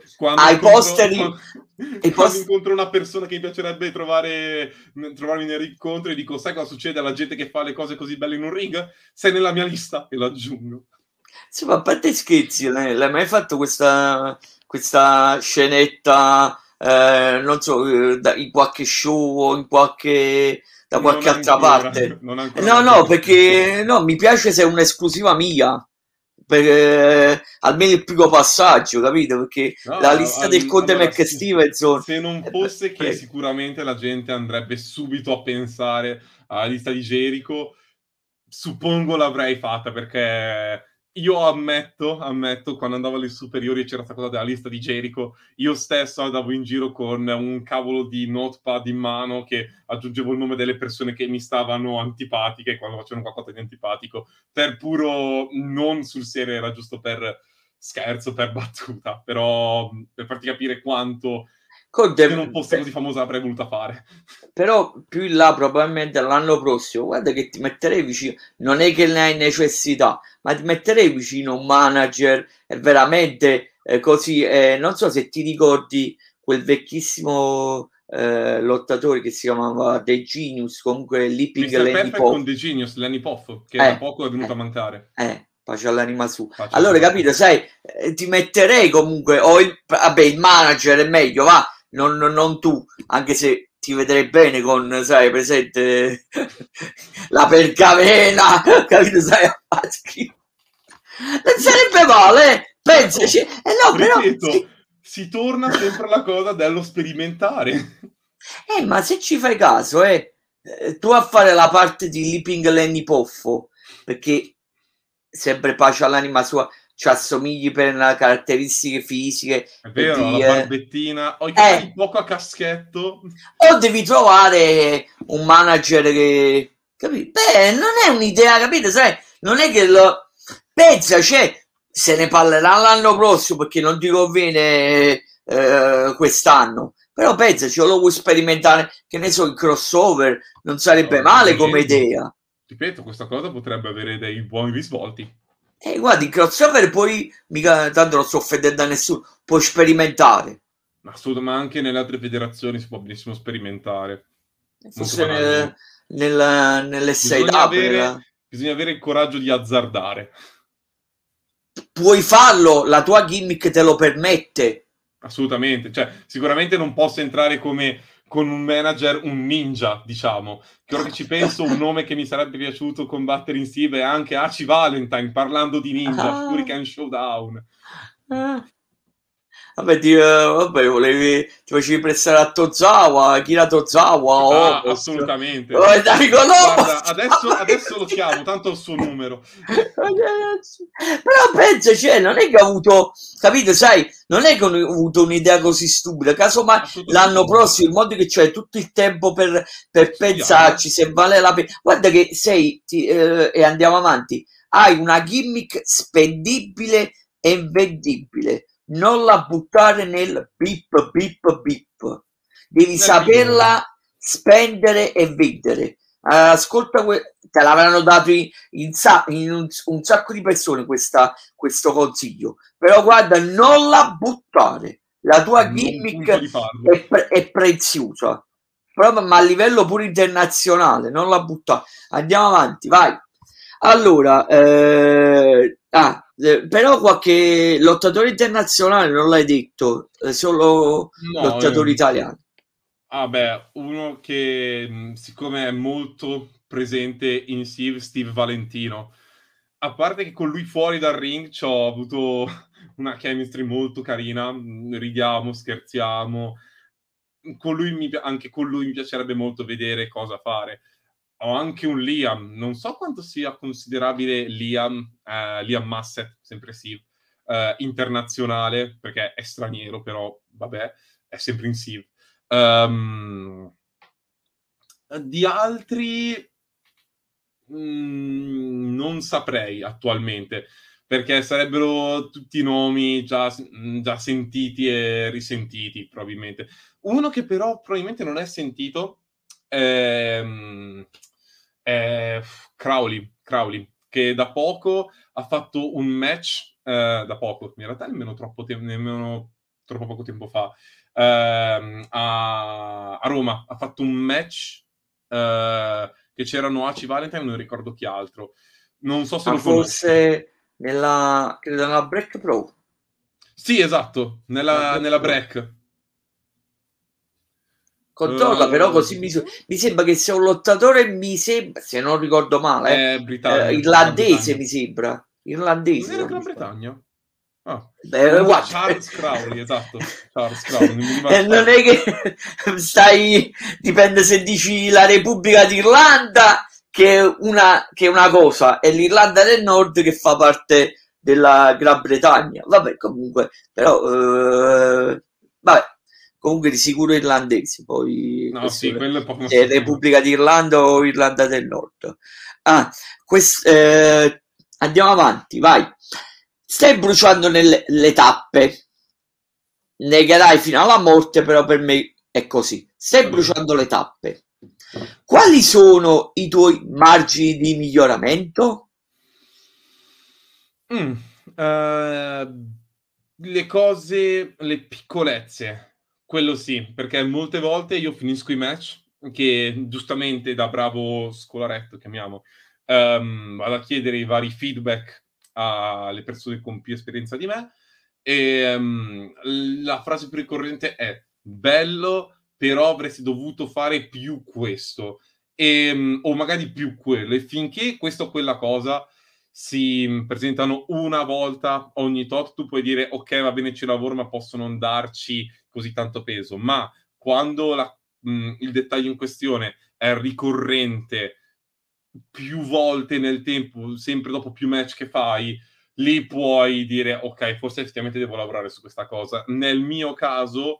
Speaker 2: Quando incontro una persona che mi piacerebbe trovarmi nell'incontro e dico, sai cosa succede alla gente che fa le cose così belle in un ring? Sei nella mia lista e lo aggiungo.
Speaker 1: Sì, ma a parte scherzi, l'hai mai fatto questa scenetta, non so, in qualche show o da qualche altra parte? No, perché no, mi piace se è un'esclusiva mia, almeno il primo passaggio, capito? Perché la lista del Conte McStevenson,
Speaker 2: se non fosse che sicuramente la gente andrebbe subito a pensare alla lista di Jericho, suppongo l'avrei fatta, perché io ammetto, quando andavo alle superiori e c'era questa cosa della lista di Jericho, io stesso andavo in giro con un cavolo di notepad in mano che aggiungevo il nome delle persone che mi stavano antipatiche quando facevano qualcosa di antipatico, per puro, non sul serio, era giusto per scherzo, per battuta, però per farti capire quanto se non fosse così famosa l'avrei voluta fare.
Speaker 1: Però più in là, probabilmente l'anno prossimo, guarda che ti metterei vicino, non è che ne hai necessità, ma ti metterei vicino un manager, è veramente così, non so se ti ricordi quel vecchissimo lottatore che si chiamava The Genius, comunque Leaping Lenny Poff.
Speaker 2: Con The Genius, Lenny Poff, che da poco è venuto a mancare.
Speaker 1: Pace all'anima su. Allora, capito, sai, ti metterei comunque, vabbè, il manager è meglio, va, non tu, anche se ti vedrei bene con, sai, presente la percavena, capito, sai, non sarebbe male, pensaci. No,
Speaker 2: ripeto, però si torna sempre alla cosa dello sperimentare.
Speaker 1: Ma se ci fai caso, tu a fare la parte di Leaping Lenny Poffo, perché sempre pace all'anima sua, ci assomigli per caratteristiche fisiche.
Speaker 2: È vero, la barbettina, ho i capelli poco a caschetto.
Speaker 1: O devi trovare un manager che, capito? Beh, non è un'idea, capito? Sai, non è che pensa, se ne parlerà l'anno prossimo perché non ti conviene quest'anno. Però pensa, lo vuoi sperimentare, che ne so, il crossover non sarebbe male come idea.
Speaker 2: Ripeto, questa cosa potrebbe avere dei buoni risvolti.
Speaker 1: Guardi, il crossover poi mica tanto non sto offendendo a nessuno, puoi sperimentare.
Speaker 2: Assolutamente, ma anche nelle altre federazioni si può benissimo sperimentare. Molto
Speaker 1: Forse
Speaker 2: banalmente.
Speaker 1: nell'SIW,
Speaker 2: Bisogna avere il coraggio di azzardare.
Speaker 1: puoi farlo, la tua gimmick te lo permette.
Speaker 2: Assolutamente. Cioè, sicuramente non posso entrare come con un manager, un ninja, diciamo. Che ora che ci penso, un nome che mi sarebbe piaciuto combattere in Steve è anche Hachi Valentine, parlando di ninja,
Speaker 1: Ah,
Speaker 2: Shuriken Showdown.
Speaker 1: ah. Vabbè, ti facevi prestare a Tozawa, Akira Tozawa,
Speaker 2: Ah,
Speaker 1: Ovest.
Speaker 2: assolutamente.
Speaker 1: Oh, dai,
Speaker 2: Guarda,
Speaker 1: conosco!
Speaker 2: adesso lo chiamo, tanto ho il suo numero.
Speaker 1: Però pensa, cioè, non è che ha avuto, capito, sai, non è che ho avuto un'idea così stupida, casomai
Speaker 2: Assolutamente
Speaker 1: l'anno
Speaker 2: no.
Speaker 1: prossimo, in modo che c'è tutto il tempo per
Speaker 2: Studiarlo.
Speaker 1: pensarci, se vale la pena. Guarda che e andiamo avanti, hai una gimmick spendibile e invendibile, non la buttare nel bip bip bip, devi
Speaker 2: Nel bingo.
Speaker 1: saperla spendere e vendere. Ascolta, te l'avranno dato in un sacco di persone questo consiglio, però guarda, non la buttare, la tua
Speaker 2: Non punto
Speaker 1: gimmick
Speaker 2: di farlo.
Speaker 1: è preziosa, proprio, ma a livello pure internazionale, non la buttare. Andiamo avanti, vai. Allora, però qualche lottatore internazionale non l'hai detto, solo
Speaker 2: No,
Speaker 1: lottatori italiani.
Speaker 2: beh, uno che siccome è molto presente in Steve Valentino, a parte che con lui fuori dal ring ci ho avuto una chemistry molto carina, ridiamo, scherziamo, anche con lui mi piacerebbe molto vedere cosa fare. Ho anche un Liam, non so quanto sia considerabile Liam Massett, sempre Steve, internazionale, perché è straniero, però vabbè, è sempre in Steve. Di altri non saprei attualmente, perché sarebbero tutti nomi già sentiti e risentiti, probabilmente. Uno che però probabilmente non è sentito è Crowley, che da poco ha fatto un match, da poco, in realtà nemmeno troppo poco tempo fa, a Roma, ha fatto un match che c'erano Aci Valentine, non ricordo chi altro. Non so se
Speaker 1: Ma
Speaker 2: lo conosci.
Speaker 1: forse credo nella Break Pro.
Speaker 2: Sì, esatto,
Speaker 1: Nella Break
Speaker 2: nella
Speaker 1: Pro.
Speaker 2: break.
Speaker 1: Controlla, però così
Speaker 2: Tu?
Speaker 1: mi sembra che sia un lottatore, se non ricordo male,
Speaker 2: È Britannia, Gran
Speaker 1: irlandese,
Speaker 2: Bretagna.
Speaker 1: mi sembra.
Speaker 2: Non
Speaker 1: Irlandese, se
Speaker 2: era
Speaker 1: non mi
Speaker 2: Gran
Speaker 1: sbaglio.
Speaker 2: Bretagna? Ah. Comunque
Speaker 1: Guarda,
Speaker 2: Charles Crowley, esatto. Charles Crowley, non mi veniva
Speaker 1: non
Speaker 2: Charles.
Speaker 1: è che dipende se dici la Repubblica d'Irlanda, che è una cosa, e l'Irlanda del Nord che fa parte della Gran Bretagna. Vabbè, comunque, però, vabbè, comunque di sicuro irlandese, poi
Speaker 2: No, sì,
Speaker 1: questione
Speaker 2: quello è poco ma
Speaker 1: se è
Speaker 2: sicuro.
Speaker 1: Repubblica d'Irlanda o Irlanda del Nord. Ah, andiamo avanti, vai. Stai bruciando le tappe, negherai fino alla morte, però per me è così. Stai
Speaker 2: Va bene.
Speaker 1: bruciando le tappe. Quali sono i tuoi margini di miglioramento?
Speaker 2: Mm, eh, le cose, le piccolezze, quello sì, perché molte volte io finisco i match che giustamente da bravo scolaretto, chiamiamo, vado a chiedere i vari feedback alle persone con più esperienza di me e la frase più ricorrente è bello, però avresti dovuto fare più questo o magari più quello e finché questa o quella cosa si presentano una volta ogni tot, tu puoi dire ok, va bene, ci lavoro, ma posso non darci così tanto peso. Ma quando il dettaglio in questione è ricorrente più volte nel tempo, sempre dopo più match che fai, lì puoi dire ok, forse effettivamente devo lavorare su questa cosa. Nel mio caso,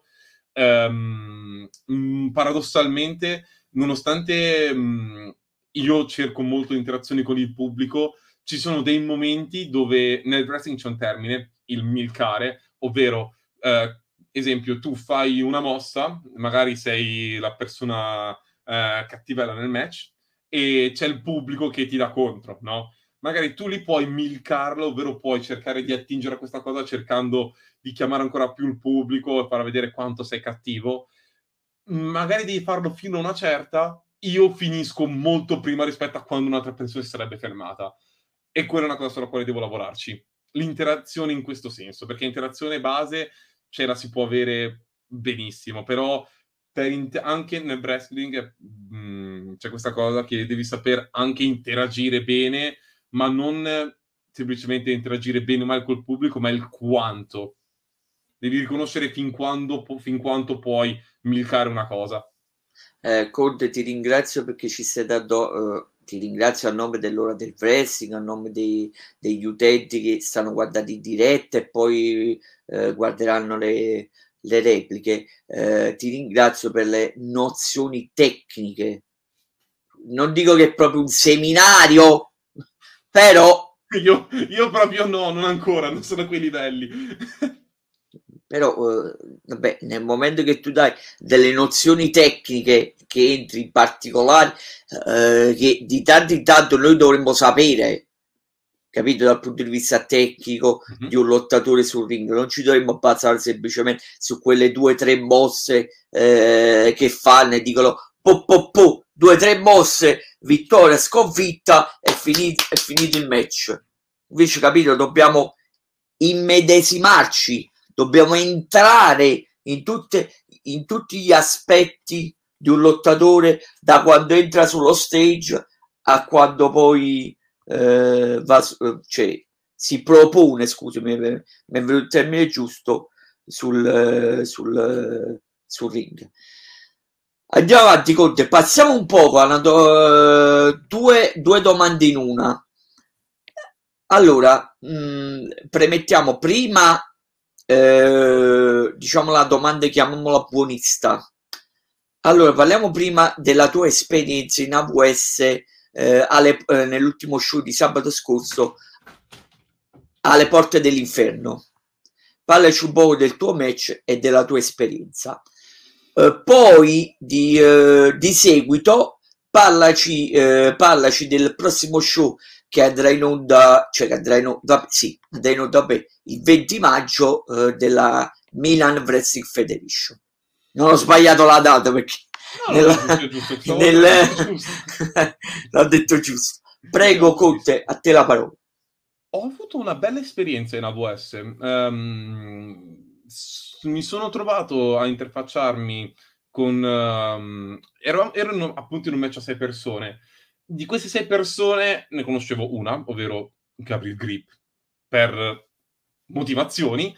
Speaker 2: paradossalmente, nonostante io cerco molto interazioni con il pubblico, ci sono dei momenti dove nel wrestling c'è un termine, il milcare, ovvero, esempio, tu fai una mossa, magari sei la persona cattivella nel match, e c'è il pubblico che ti dà contro, no? magari tu li puoi milcarlo, ovvero puoi cercare di attingere a questa cosa cercando di chiamare ancora più il pubblico e far vedere quanto sei cattivo. Magari devi farlo fino a una certa, io finisco molto prima rispetto a quando un'altra persona si sarebbe fermata. E quella è una cosa sulla quale devo lavorarci. L'interazione in questo senso, perché interazione base ce la si può avere benissimo, però anche nel wrestling c'è questa cosa che devi saper anche interagire bene, ma non semplicemente interagire bene o male col pubblico, ma il quanto. Devi riconoscere fin quanto puoi milcare una cosa.
Speaker 1: Conte, ti ringrazio perché ci stai dando, ti ringrazio a nome dell'ora del wrestling, a nome degli utenti che stanno guardando in diretta e poi guarderanno le repliche. Ti ringrazio per le nozioni tecniche. Non dico che è proprio un seminario, però
Speaker 2: Io proprio no, non ancora, non sono a quei livelli.
Speaker 1: però vabbè, nel momento che tu dai delle nozioni tecniche che entri in particolari che di tanto in tanto noi dovremmo sapere, capito, dal punto di vista tecnico di un lottatore sul ring, non ci dovremmo basare semplicemente su quelle 2-3 mosse che fanno e dicono po po po, 2-3 mosse, vittoria, sconfitta, è finito il match. Invece, capito, dobbiamo immedesimarci, dobbiamo entrare in tutti gli aspetti di un lottatore, da quando entra sullo stage a quando poi cioè, si propone, scusami, mi è venuto il termine giusto, sul ring. Andiamo avanti, Conte, passiamo un po' a due domande in una. Allora, premettiamo prima, diciamo la domanda, chiamiamola buonista. Allora, parliamo prima della tua esperienza in AWS nell'ultimo show di sabato scorso, alle porte dell'inferno. Parlaci un po' del tuo match e della tua esperienza. Poi di seguito parlaci del prossimo show che andrà in onda, cioè che andrà in onda, sì, andrà in onda il 20 maggio della Milan Wrestling Federation. Non ho sbagliato la data perché
Speaker 2: Giusto.
Speaker 1: l'ho detto giusto. Prego, Conte, a te la parola.
Speaker 2: Ho avuto una bella esperienza in AWS. Mi sono trovato a interfacciarmi con... ero appunto in un match a 6 persone. Di queste 6 persone ne conoscevo una, ovvero Gabriel Grip, per motivazioni.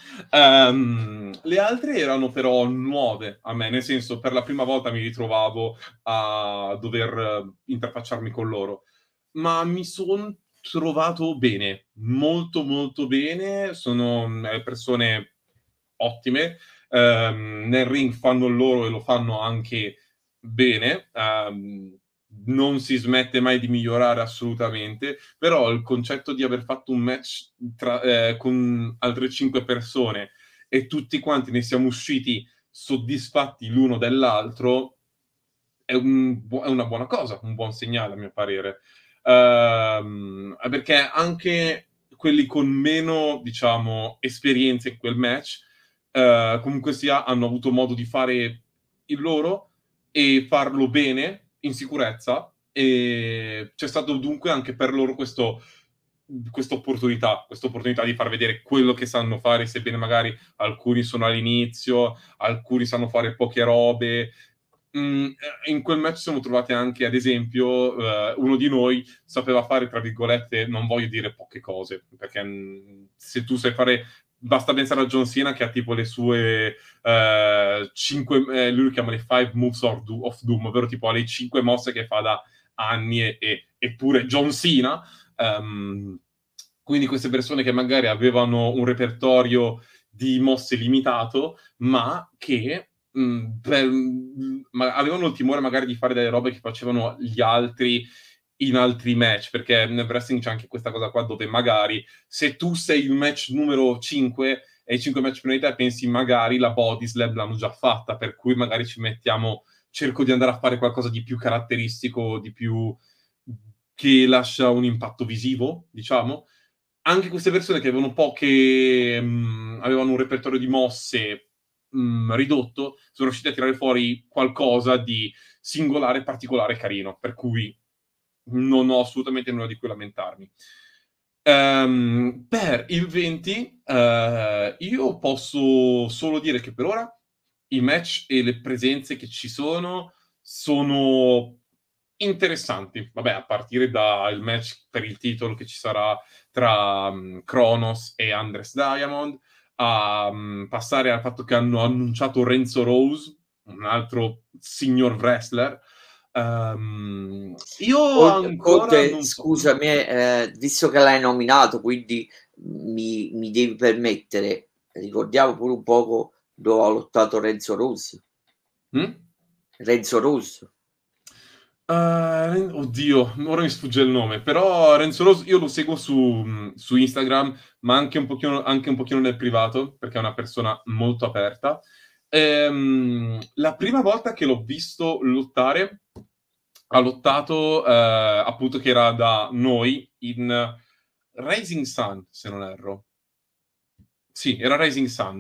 Speaker 2: Le altre erano però nuove a me, nel senso, per la prima volta mi ritrovavo a dover interfacciarmi con loro. Ma mi sono trovato bene, molto molto bene, sono persone ottime, nel ring fanno il loro e lo fanno anche bene, non si smette mai di migliorare assolutamente, però il concetto di aver fatto un match con altre 5 persone e tutti quanti ne siamo usciti soddisfatti l'uno dell'altro è una buona cosa, un buon segnale a mio parere. Perché anche quelli con meno, diciamo, esperienze in quel match, comunque sia, hanno avuto modo di fare il loro e farlo bene, in sicurezza, e c'è stato dunque anche per loro questa opportunità di far vedere quello che sanno fare, sebbene magari alcuni sono all'inizio, alcuni sanno fare poche robe. In quel match siamo trovati anche, ad esempio, uno di noi sapeva fare, tra virgolette, non voglio dire poche cose, perché se tu sai fare, basta pensare a John Cena che ha tipo le sue 5, lui lo chiama le 5 moves of doom, ovvero tipo ha le 5 mosse che fa da anni eppure John Cena. Quindi queste persone che magari avevano un repertorio di mosse limitato, ma che avevano il timore magari di fare delle robe che facevano gli altri in altri match, perché nel wrestling c'è anche questa cosa qua dove magari se tu sei il match numero 5 e i 5 match prima di te pensi magari la body slam l'hanno già fatta, per cui magari cerco di andare a fare qualcosa di più caratteristico, di più che lascia un impatto visivo, diciamo. Anche queste persone che avevano avevano un repertorio di mosse ridotto, sono riusciti a tirare fuori qualcosa di singolare, particolare e carino, per cui non ho assolutamente nulla di cui lamentarmi. Per il 20, io posso solo dire che per ora i match e le presenze che ci sono interessanti. Vabbè, a partire dal match per il titolo che ci sarà tra Kronos e Andres Diamond, a passare al fatto che hanno annunciato Renzo Rose, un altro signor wrestler. Io ancora
Speaker 1: Conte,
Speaker 2: non so.
Speaker 1: scusami, visto che l'hai nominato, quindi mi devi permettere, ricordiamo pure un poco dove ha lottato Renzo Rose.
Speaker 2: Mm?
Speaker 1: Renzo Rose.
Speaker 2: Oddio, ora mi sfugge il nome, però Renzo Rose io lo seguo su Instagram, ma anche un pochino nel privato, perché è una persona molto aperta. La prima volta che l'ho visto lottare, ha lottato appunto che era da noi in Rising Sun, se non erro. Sì, era Rising Sun.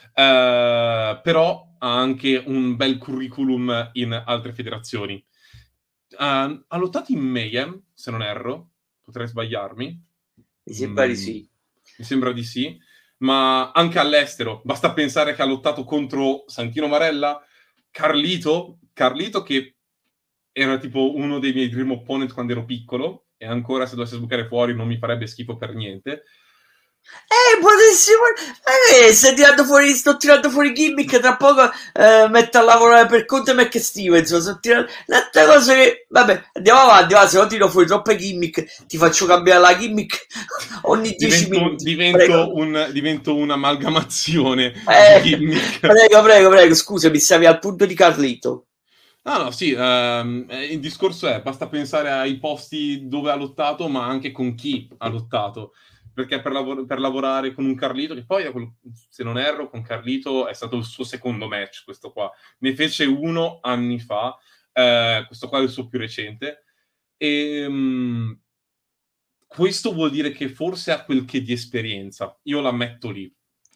Speaker 2: Però ha anche un bel curriculum in altre federazioni. Ha lottato in Mayhem, se non erro, potrei sbagliarmi.
Speaker 1: Mi sembra di sì.
Speaker 2: Mi sembra di sì, ma anche all'estero. Basta pensare che ha lottato contro Santino Marella, Carlito che era tipo uno dei miei dream opponent quando ero piccolo, e ancora se dovesse sbucare fuori non mi farebbe schifo per niente.
Speaker 1: Buonissimo. Sto tirando fuori gimmick. Tra poco metto a lavorare per Conte McStevens. Sto tirando tante cose che. Vabbè, andiamo avanti. Va, se no tiro fuori troppe gimmick, ti faccio cambiare la gimmick ogni 10 minuti. Prego.
Speaker 2: Divento un'amalgamazione di gimmick.
Speaker 1: Prego. Scusami, stavi al punto di Carlito.
Speaker 2: No, sì, il discorso è, basta pensare ai posti dove ha lottato, ma anche con chi ha lottato. Perché per lavorare con un Carlito, che poi, se non erro, con Carlito è stato il suo secondo match, questo qua. Ne fece uno anni fa, questo qua è il suo più recente. E questo vuol dire che forse ha quel che di esperienza. Io la metto lì.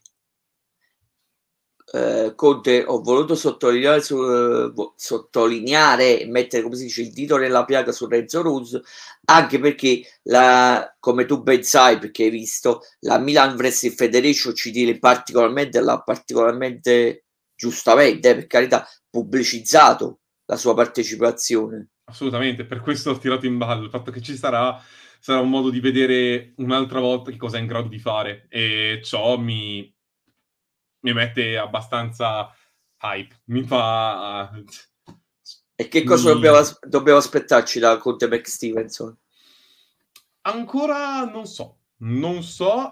Speaker 1: Conte, ho voluto sottolineare e mettere, come si dice, il dito nella piaga su Renzo Rose, anche perché, come tu ben sai, perché hai visto, la Milan Wrestling Federation ci tiene particolarmente, l'ha particolarmente, giustamente, per carità, pubblicizzato la sua partecipazione.
Speaker 2: Assolutamente, per questo ho tirato in ballo il fatto che ci sarà un modo di vedere un'altra volta che cosa è in grado di fare, e ciò mi mette abbastanza hype, mi fa...
Speaker 1: E che cosa dobbiamo aspettarci da Conte McStevenson?
Speaker 2: Ancora non so, non so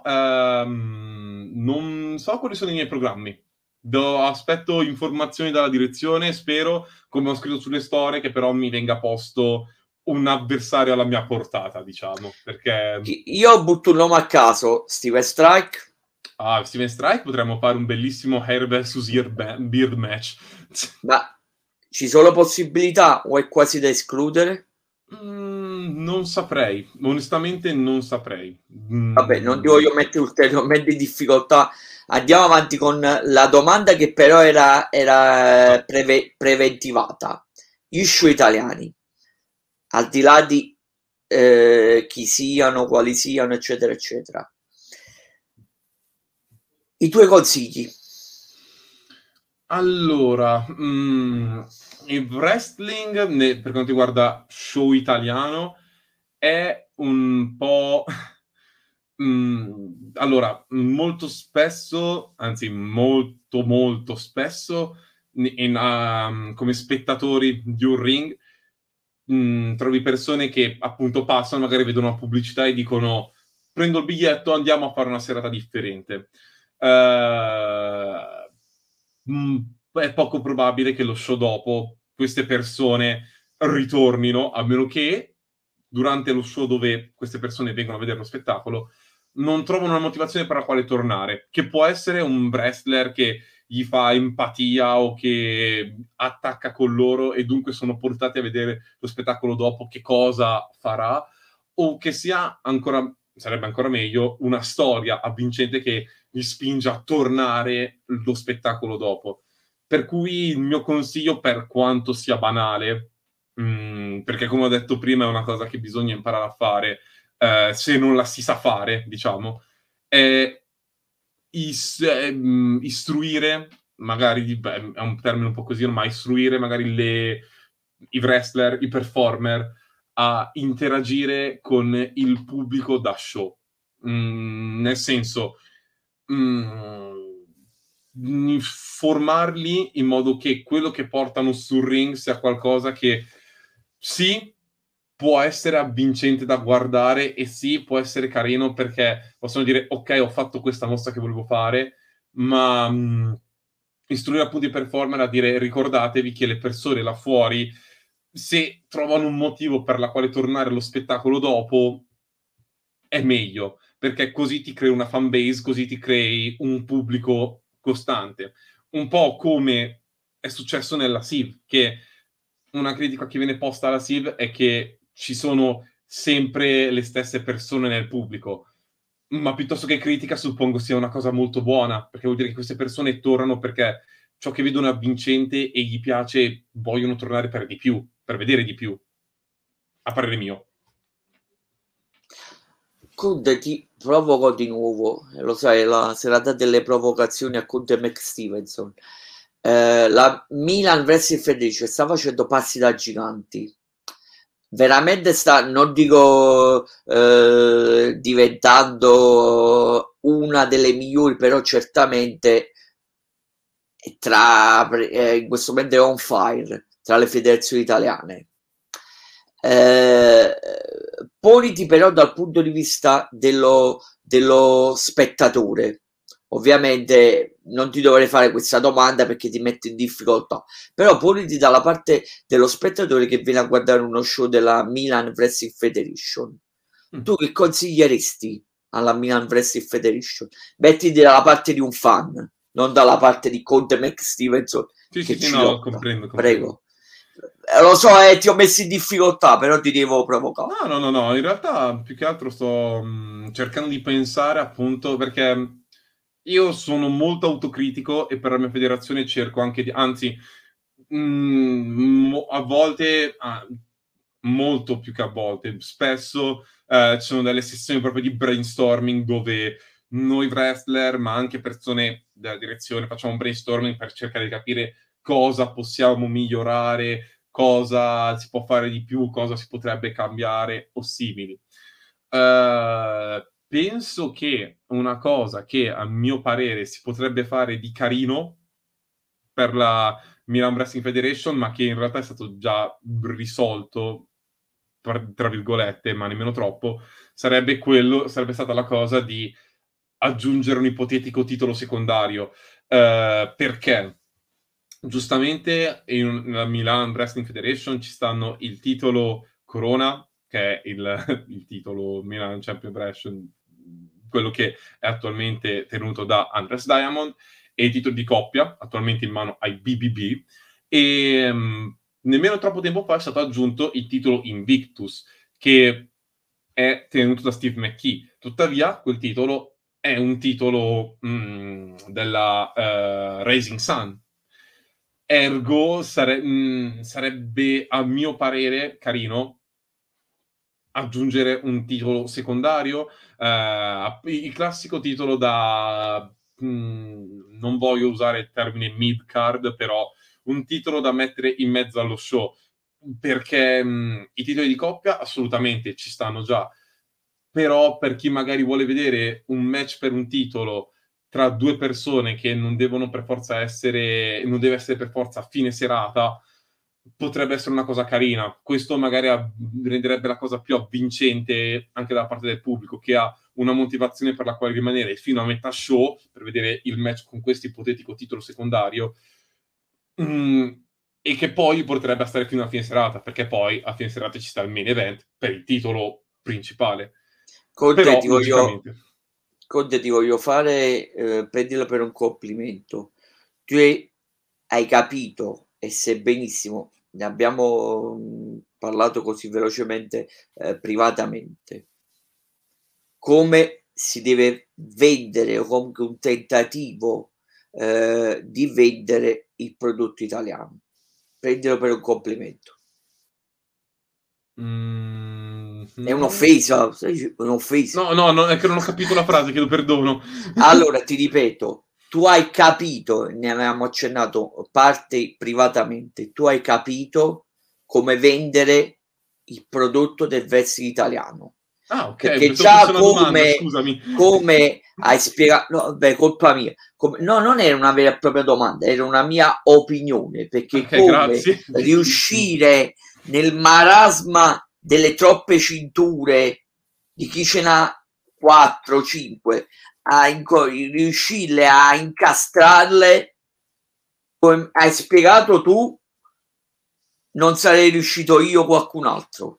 Speaker 2: quali sono i miei programmi. Aspetto informazioni dalla direzione, spero, come ho scritto sulle storie, che però mi venga posto un avversario alla mia portata, diciamo, perché...
Speaker 1: Io butto un nome a caso, Steven Strike.
Speaker 2: Steven Strike, potremmo fare un bellissimo Hair vs. Beard match.
Speaker 1: Ma ci sono possibilità o è quasi da escludere?
Speaker 2: Non saprei, onestamente non saprei.
Speaker 1: Vabbè, non ti voglio mettere ulteriormente in difficoltà. Andiamo avanti con la domanda che però era preventivata. Gli show italiani, al di là di chi siano, quali siano, eccetera, eccetera. I tuoi consigli?
Speaker 2: Allora, il wrestling, per quanto riguarda show italiano, è un po'... allora, molto spesso, anzi molto molto spesso, come spettatori di un ring, trovi persone che appunto passano, magari vedono una pubblicità e dicono prendo il biglietto, andiamo a fare una serata differente. È poco probabile che lo show dopo queste persone ritornino, a meno che durante lo show dove queste persone vengono a vedere lo spettacolo non trovano una motivazione per la quale tornare, che può essere un wrestler che gli fa empatia o che attacca con loro e dunque sono portati a vedere lo spettacolo dopo che cosa farà, o che sia ancora, sarebbe ancora meglio, una storia avvincente che mi spinge a tornare lo spettacolo dopo. Per cui il mio consiglio, per quanto sia banale, perché come ho detto prima è una cosa che bisogna imparare a fare, se non la si sa fare, diciamo, è istruire, magari, è un termine un po' così ormai, istruire magari i wrestler, i performer, a interagire con il pubblico da show. Nel senso, formarli in modo che quello che portano sul ring sia qualcosa che sì, può essere avvincente da guardare e sì, può essere carino perché possono dire ok, ho fatto questa mossa che volevo fare, ma istruire appunto i performer a dire ricordatevi che le persone là fuori, se trovano un motivo per la quale tornare allo spettacolo dopo, è meglio, perché così ti crei una fan base, così ti crei un pubblico costante. Un po' come è successo nella SIV, che una critica che viene posta alla SIV è che ci sono sempre le stesse persone nel pubblico, ma piuttosto che critica suppongo sia una cosa molto buona, perché vuol dire che queste persone tornano perché ciò che vedono è avvincente e gli piace e vogliono tornare per di più, per vedere di più, a parere mio.
Speaker 1: Conte, ti provoco di nuovo, lo sai, la serata delle provocazioni a Conte McStevenson. La Milan Wrestling Federation sta facendo passi da giganti. Veramente sta, non dico diventando una delle migliori, però certamente in questo momento è on fire tra le federazioni italiane. Poniti però dal punto di vista dello spettatore. Ovviamente non ti dovrei fare questa domanda perché ti mette in difficoltà, però poniti dalla parte dello spettatore che viene a guardare uno show della Milan Wrestling Federation. Tu che consiglieresti alla Milan Wrestling Federation? Mettiti dalla parte di un fan, non dalla parte di Conte McStevenson
Speaker 2: Sì, sì,
Speaker 1: che
Speaker 2: sì,
Speaker 1: ci
Speaker 2: no,
Speaker 1: lotta.
Speaker 2: comprendo, comprendo.
Speaker 1: Prego. Lo so, ti ho messo in difficoltà, però ti devo provocare.
Speaker 2: No, no, no, no, in realtà più che altro sto cercando di pensare appunto perché io sono molto autocritico e per la mia federazione cerco anche di, anzi, a volte, molto più che a volte, spesso ci sono delle sessioni proprio di brainstorming dove noi wrestler, ma anche persone della direzione, facciamo un brainstorming per cercare di capire cosa possiamo migliorare, cosa si può fare di più, cosa si potrebbe cambiare o simili. Penso che una cosa che a mio parere si potrebbe fare di carino per la Milan Wrestling Federation, ma che in realtà è stato già risolto, tra virgolette, ma nemmeno troppo, sarebbe stata la cosa di aggiungere un ipotetico titolo secondario. Perché? Giustamente nella Milan Wrestling Federation ci stanno il titolo Corona, che è il titolo Milan Champion Wrestling, quello che è attualmente tenuto da Andres Diamond, e il titolo di coppia, attualmente in mano ai BBB, e nemmeno troppo tempo fa è stato aggiunto il titolo Invictus, che è tenuto da Steve McKee. Tuttavia, quel titolo è un titolo della Rising Sun. Ergo sarebbe, a mio parere, carino aggiungere un titolo secondario, il classico titolo da non voglio usare il termine mid-card, però un titolo da mettere in mezzo allo show, perché i titoli di coppia assolutamente ci stanno già, però per chi magari vuole vedere un match per un titolo tra due persone che non devono per forza essere, non deve essere per forza a fine serata, potrebbe essere una cosa carina. Questo magari renderebbe la cosa più avvincente anche da parte del pubblico, che ha una motivazione per la quale rimanere fino a metà show per vedere il match con questo ipotetico titolo secondario. Mm, e che poi potrebbe stare fino a fine serata, perché poi a fine serata ci sta il main event per il titolo principale.
Speaker 1: Conte,
Speaker 2: Però, logicamente.
Speaker 1: Conte, ti voglio fare, prendilo per un complimento. Tu hai capito, e sai benissimo, ne abbiamo parlato così velocemente privatamente, come si deve vendere o comunque un tentativo di vendere il prodotto italiano. Prendilo per un complimento. È un'offesa, un'offesa.
Speaker 2: No, è che non ho capito la frase, chiedo perdono.
Speaker 1: Allora, ti ripeto, tu hai capito, ne avevamo accennato parte privatamente, tu hai capito come vendere il prodotto del wrestling italiano.
Speaker 2: Ah, ok,
Speaker 1: perché già come,
Speaker 2: scusami.
Speaker 1: come hai spiegato, no, beh, colpa mia, no, non era una vera e propria domanda, era una mia opinione, perché
Speaker 2: Okay,
Speaker 1: come
Speaker 2: grazie.
Speaker 1: riuscire nel marasma delle troppe cinture di chi ce n'ha 4 5 a riuscirle a incastrarle, come hai spiegato tu, non sarei riuscito io o qualcun altro.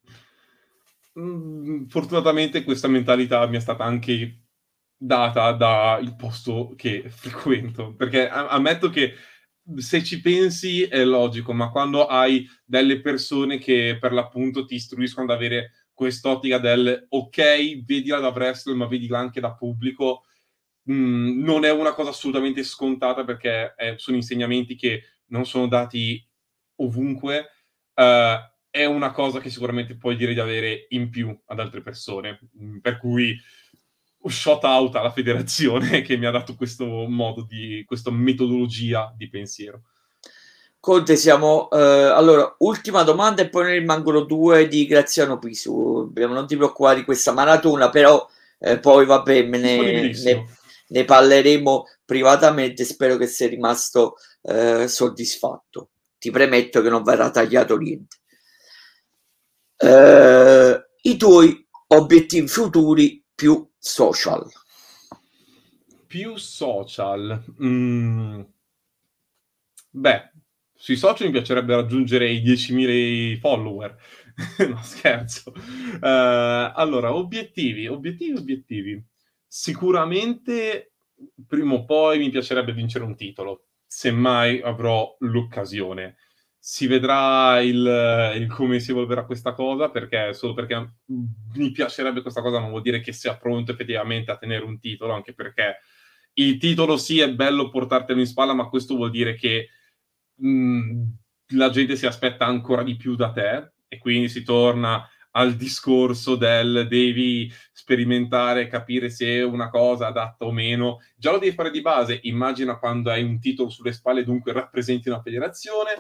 Speaker 2: Fortunatamente questa mentalità mi è stata anche data dal posto che frequento, perché ammetto che se ci pensi è logico, ma quando hai delle persone che per l'appunto ti istruiscono ad avere quest'ottica del ok, vedila da wrestler, ma vedila anche da pubblico, non è una cosa assolutamente scontata, perché sono insegnamenti che non sono dati ovunque. È una cosa che sicuramente puoi dire di avere in più ad altre persone, per cui shout out alla federazione che mi ha dato questo modo di questa metodologia di pensiero.
Speaker 1: Conte, siamo allora, ultima domanda e poi ne rimangono 2 di Graziano Pisu. Non ti preoccupare di questa maratona, però poi vabbè, ne parleremo privatamente. Spero che sia rimasto soddisfatto. Ti premetto che non verrà tagliato niente. I tuoi obiettivi futuri più social.
Speaker 2: Più social. Beh, sui social mi piacerebbe raggiungere i 10.000 follower. No, scherzo. Allora, obiettivi. Sicuramente prima o poi mi piacerebbe vincere un titolo, semmai avrò l'occasione. Si vedrà il come si evolverà questa cosa, perché solo perché mi piacerebbe questa cosa non vuol dire che sia pronto effettivamente a tenere un titolo, anche perché il titolo sì è bello portartelo in spalla, ma questo vuol dire che la gente si aspetta ancora di più da te, e quindi si torna al discorso del devi sperimentare, capire se è una cosa adatta o meno. Già lo devi fare di base, immagina quando hai un titolo sulle spalle, dunque rappresenti una federazione.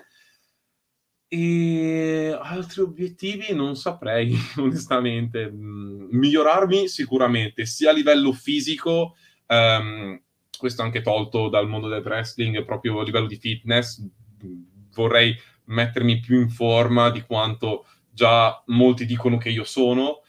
Speaker 2: E altri obiettivi non saprei, onestamente. Migliorarmi sicuramente, sia a livello fisico, questo anche tolto dal mondo del wrestling, proprio a livello di fitness. Vorrei mettermi più in forma di quanto già molti dicono che io sono,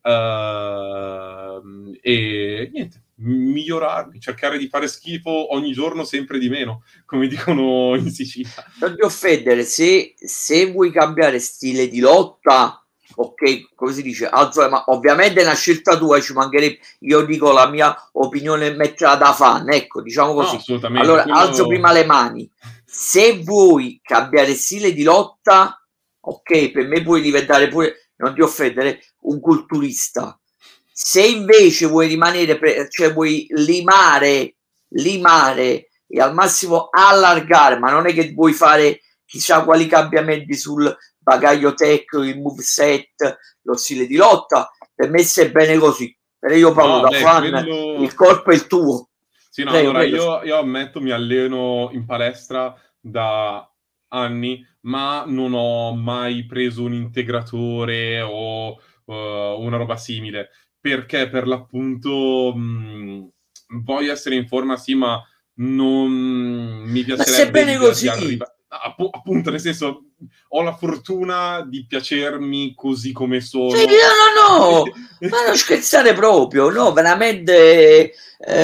Speaker 2: e niente, migliorarmi, cercare di fare schifo ogni giorno sempre di meno, come dicono in Sicilia.
Speaker 1: Non ti offendere, se vuoi cambiare stile di lotta, ok, come si dice, alzo, ma ovviamente è una scelta tua, ci mancherebbe, io dico la mia opinione, metterla da fan, ecco, diciamo così.
Speaker 2: No, assolutamente.
Speaker 1: Allora, alzo prima le mani. Se vuoi cambiare stile di lotta, ok, per me puoi diventare pure, non ti offendere, un culturista. Se invece vuoi rimanere, cioè vuoi limare e al massimo allargare, ma non è che vuoi fare chissà quali cambiamenti sul bagaglio tecnico, il moveset, lo stile di lotta, per me stai bene così. Però io parlo da fan, il corpo è il tuo.
Speaker 2: Sì, no, allora io ammetto, mi alleno in palestra da anni, ma non ho mai preso un integratore o una roba simile, perché per l'appunto voglio essere in forma, sì, ma non mi piacerebbe di arrivare. Appunto, nel senso, ho la fortuna di piacermi così come sono.
Speaker 1: Sì, no, ma non scherzare proprio, no, veramente.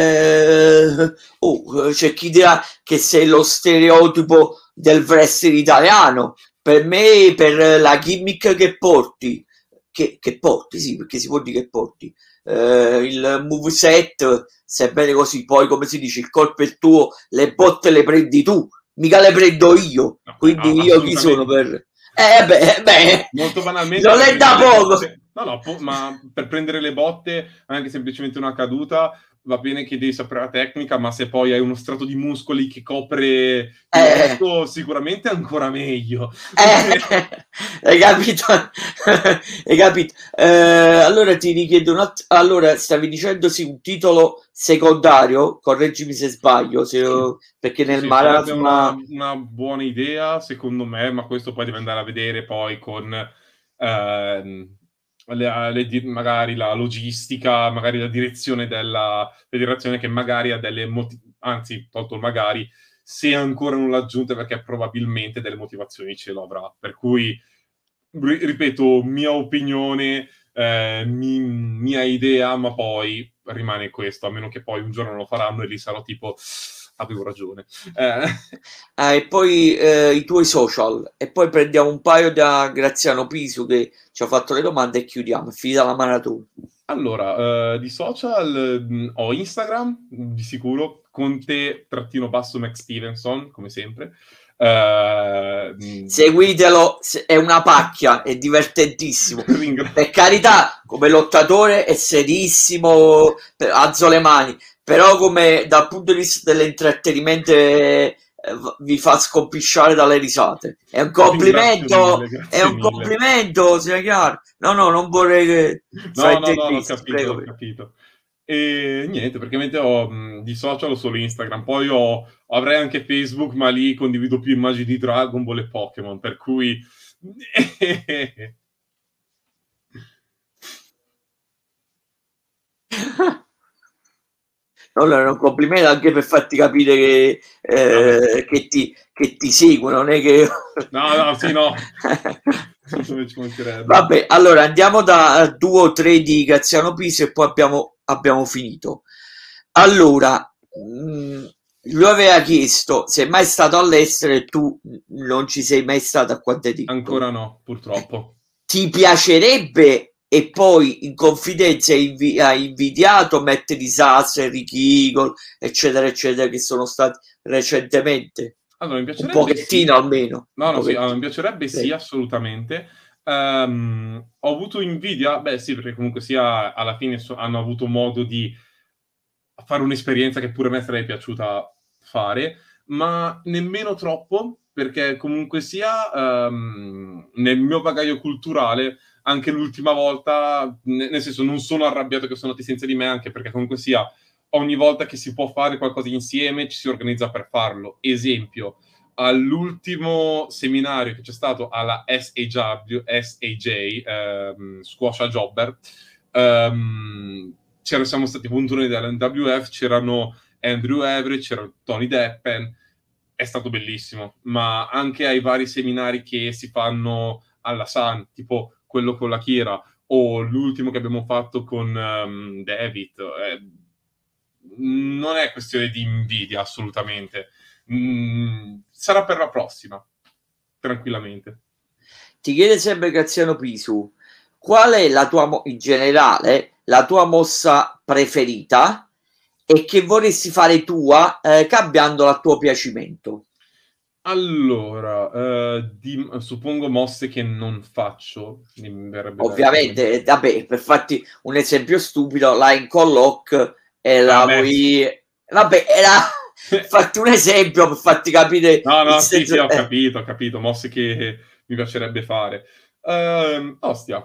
Speaker 1: C'è chi dirà che sei lo stereotipo del wrestler italiano. Per me, per la gimmick che porti, che porti, sì, perché si può dire che porti, il moveset, sebbene così, poi come si dice, il colpo è il tuo, le botte le prendi tu, mica le prendo io, no, quindi io chi sono per...
Speaker 2: Molto banalmente,
Speaker 1: non è da poco.
Speaker 2: ma per prendere le botte, anche semplicemente una caduta, va bene che devi sapere la tecnica, ma se poi hai uno strato di muscoli che copre l'osso, sicuramente è ancora meglio.
Speaker 1: Hai capito? Hai capito? Allora ti richiedo un attimo. Allora, stavi dicendo sì, un titolo secondario, correggimi se sbaglio, perché nel
Speaker 2: Sì, sarebbe
Speaker 1: marasma.
Speaker 2: una buona idea, secondo me, ma questo poi devi andare a vedere poi con magari la logistica, magari la direzione della federazione che magari ha delle anzi, tolto il magari, se ancora non l'ha aggiunta perché probabilmente delle motivazioni ce lo avrà. Per cui, ripeto, mia opinione, mia idea, ma poi rimane questo, a meno che poi un giorno lo faranno e lì sarò tipo avevo ragione.
Speaker 1: E poi i tuoi social, e poi prendiamo un paio da Graziano Pisu che ci ha fatto le domande e chiudiamo. È finita la maratona.
Speaker 2: Allora, di social ho Instagram, di sicuro, Conte-Max Stevenson, come sempre.
Speaker 1: Seguitelo, è una pacchia, è divertentissimo. Per carità, come lottatore è serissimo, alzo le mani, però come dal punto di vista dell'intrattenimento vi fa scompisciare dalle risate. È un complimento, è
Speaker 2: grazie
Speaker 1: un
Speaker 2: mille.
Speaker 1: complimento, sia chiaro. No, non vorrei che
Speaker 2: No, ho
Speaker 1: fraintendessi,
Speaker 2: capito,
Speaker 1: prego.
Speaker 2: ho capito. E niente, praticamente di social ho solo Instagram, poi avrei anche Facebook, ma lì condivido più immagini di Dragon Ball e Pokémon, per cui
Speaker 1: Allora, è un complimento anche per farti capire che ti seguono, non è che.
Speaker 2: No, sì, no. Ci mancherebbe.
Speaker 1: Vabbè, allora andiamo da 2 o 3 di Graziano Piso e poi abbiamo finito. Allora, lui aveva chiesto se è mai stato all'estero e tu non ci sei mai stato, a quanto hai detto.
Speaker 2: Ancora no, purtroppo.
Speaker 1: Ti piacerebbe, e poi in confidenza hai invidiato Matt Disaster, Rick Eagle, eccetera, eccetera, che sono stati recentemente?
Speaker 2: Allora, mi
Speaker 1: Un
Speaker 2: piacerebbe
Speaker 1: pochettino
Speaker 2: sì.
Speaker 1: almeno.
Speaker 2: No, sì, allora, mi piacerebbe sì, assolutamente. Ho avuto invidia, beh sì, perché comunque sia alla fine hanno avuto modo di fare un'esperienza che pure a me sarebbe piaciuta fare, ma nemmeno troppo, perché comunque sia nel mio bagaglio culturale, anche l'ultima volta, nel senso non sono arrabbiato che sono andati senza di me, anche perché comunque sia ogni volta che si può fare qualcosa insieme ci si organizza per farlo. Esempio, all'ultimo seminario che c'è stato alla SAJ, Squash a Jobber, siamo stati appunto noi dell'NWF, c'erano Andrew Everett, c'era Tony Deppen, è stato bellissimo, ma anche ai vari seminari che si fanno alla Sun, tipo quello con la Kira, o l'ultimo che abbiamo fatto con David, non è questione di invidia, assolutamente. Sarà per la prossima, tranquillamente.
Speaker 1: Ti chiede sempre Graziano Pisu, qual è la tua, in generale, la tua mossa preferita e che vorresti fare tua cambiandola a tuo piacimento?
Speaker 2: Allora, suppongo mosse che non faccio,
Speaker 1: Ovviamente, vabbè, per farti un esempio stupido, la Incall Lock e la vuoi. Vabbè, era farti un esempio per farti capire il
Speaker 2: sì,
Speaker 1: senso.
Speaker 2: ho capito, mosse che mi piacerebbe fare. Ostia,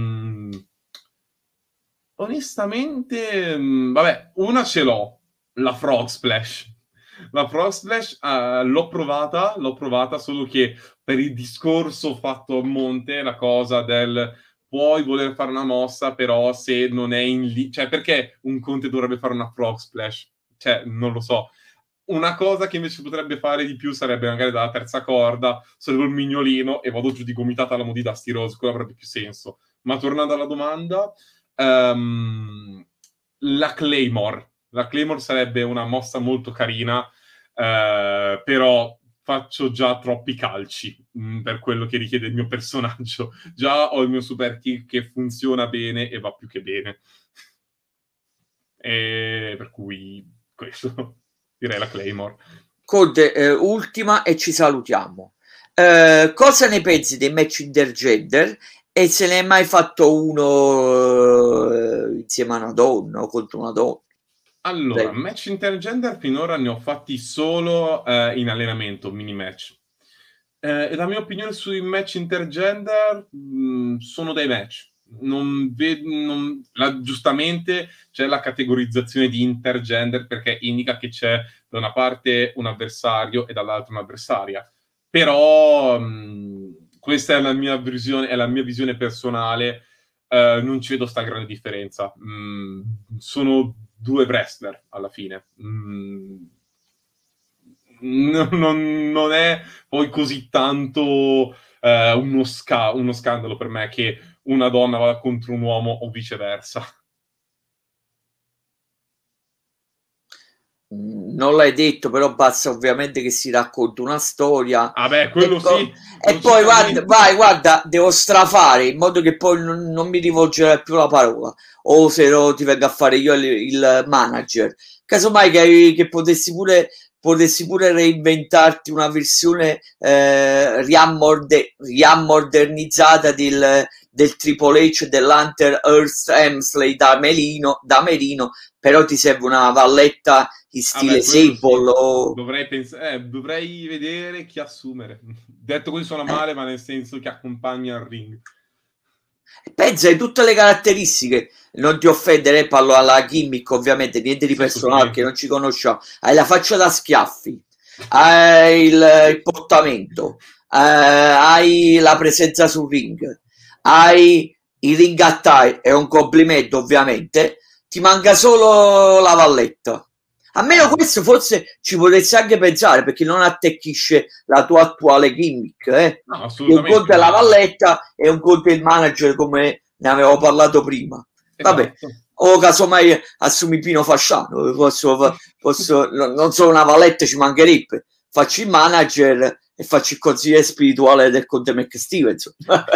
Speaker 2: onestamente, vabbè, una ce l'ho, la Frog Splash. La Frog Splash l'ho provata, solo che per il discorso fatto a monte, la cosa del puoi voler fare una mossa, però se non è in lì, cioè perché un Conte dovrebbe fare una Frog Splash? Cioè, non lo so. Una cosa che invece potrebbe fare di più sarebbe magari dalla terza corda, sollevo il mignolino e vado giù di gomitata alla Modi Dusty Rose, quello avrebbe più senso. Ma tornando alla domanda, la Claymore. La Claymore sarebbe una mossa molto carina, però faccio già troppi calci per quello che richiede il mio personaggio. Già ho il mio super kick che funziona bene e va più che bene. E per cui questo, direi la Claymore.
Speaker 1: Conte, ultima e ci salutiamo. Cosa ne pensi dei match intergender e se ne è mai fatto uno insieme a una donna o contro una donna?
Speaker 2: Allora, match intergender finora ne ho fatti solo in allenamento, mini match. E la mia opinione sui match intergender sono dei match. Giustamente c'è la categorizzazione di intergender perché indica che c'è da una parte un avversario e dall'altra un'avversaria. Però questa è la mia visione personale. Non ci vedo sta grande differenza. Sono due wrestler alla fine. Non è poi così tanto uno scandalo per me che una donna vada contro un uomo o viceversa.
Speaker 1: Non l'hai detto, però basta ovviamente che si racconti una storia.
Speaker 2: Ah beh, quello sì.
Speaker 1: E poi guarda, devo strafare in modo che poi non mi rivolgerai più la parola. O se no ti vengo a fare io il manager. Casomai che potessi pure reinventarti una versione riammodernizzata del Triple H dell'Hunter Earth Hemsley da Merino, però ti serve una valletta in stile Sable.
Speaker 2: Sì. Dovrei vedere chi assumere. Detto così suona male, ma nel senso che accompagna al ring.
Speaker 1: Pensa di tutte le caratteristiche, non ti offendere, parlo alla gimmick ovviamente, niente di personale che non ci conosciamo. Hai la faccia da schiaffi, hai il portamento, hai la presenza sul ring, hai il ring attire, è un complimento ovviamente, ti manca solo la valletta. Almeno questo forse ci potresti anche pensare perché non attecchisce la tua attuale gimmick.
Speaker 2: No,
Speaker 1: assolutamente. Un conto è la valletta e un conto è il manager, come ne avevo parlato prima. Vabbè,
Speaker 2: Esatto.
Speaker 1: o casomai assumi Pino Fasciano, non solo una valletta ci mancherebbe, faccio il manager e faccio il consigliere spirituale del Conte McStevenson.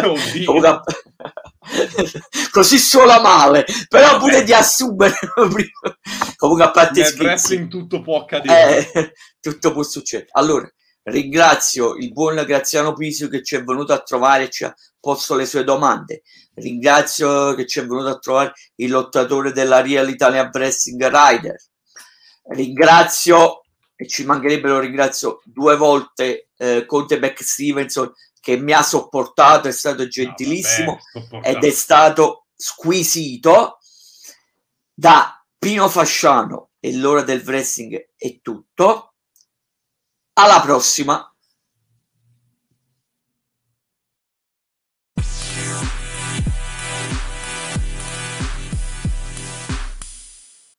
Speaker 1: Così suona male, però pure di assumere comunque a parte
Speaker 2: nel wrestling tutto può accadere,
Speaker 1: tutto può succedere. Allora ringrazio il buon Graziano Pisio che ci è venuto a trovare e ci ha posto le sue domande. Ringrazio che ci è venuto a trovare il lottatore della Real Italian Wrestling Rider. Ringrazio, e ci mancherebbe, lo ringrazio due volte, Conte McStevenson, che mi ha sopportato, è stato gentilissimo, ed è stato squisito. Da Pino Fasciano e l'ora del wrestling è tutto. Alla prossima.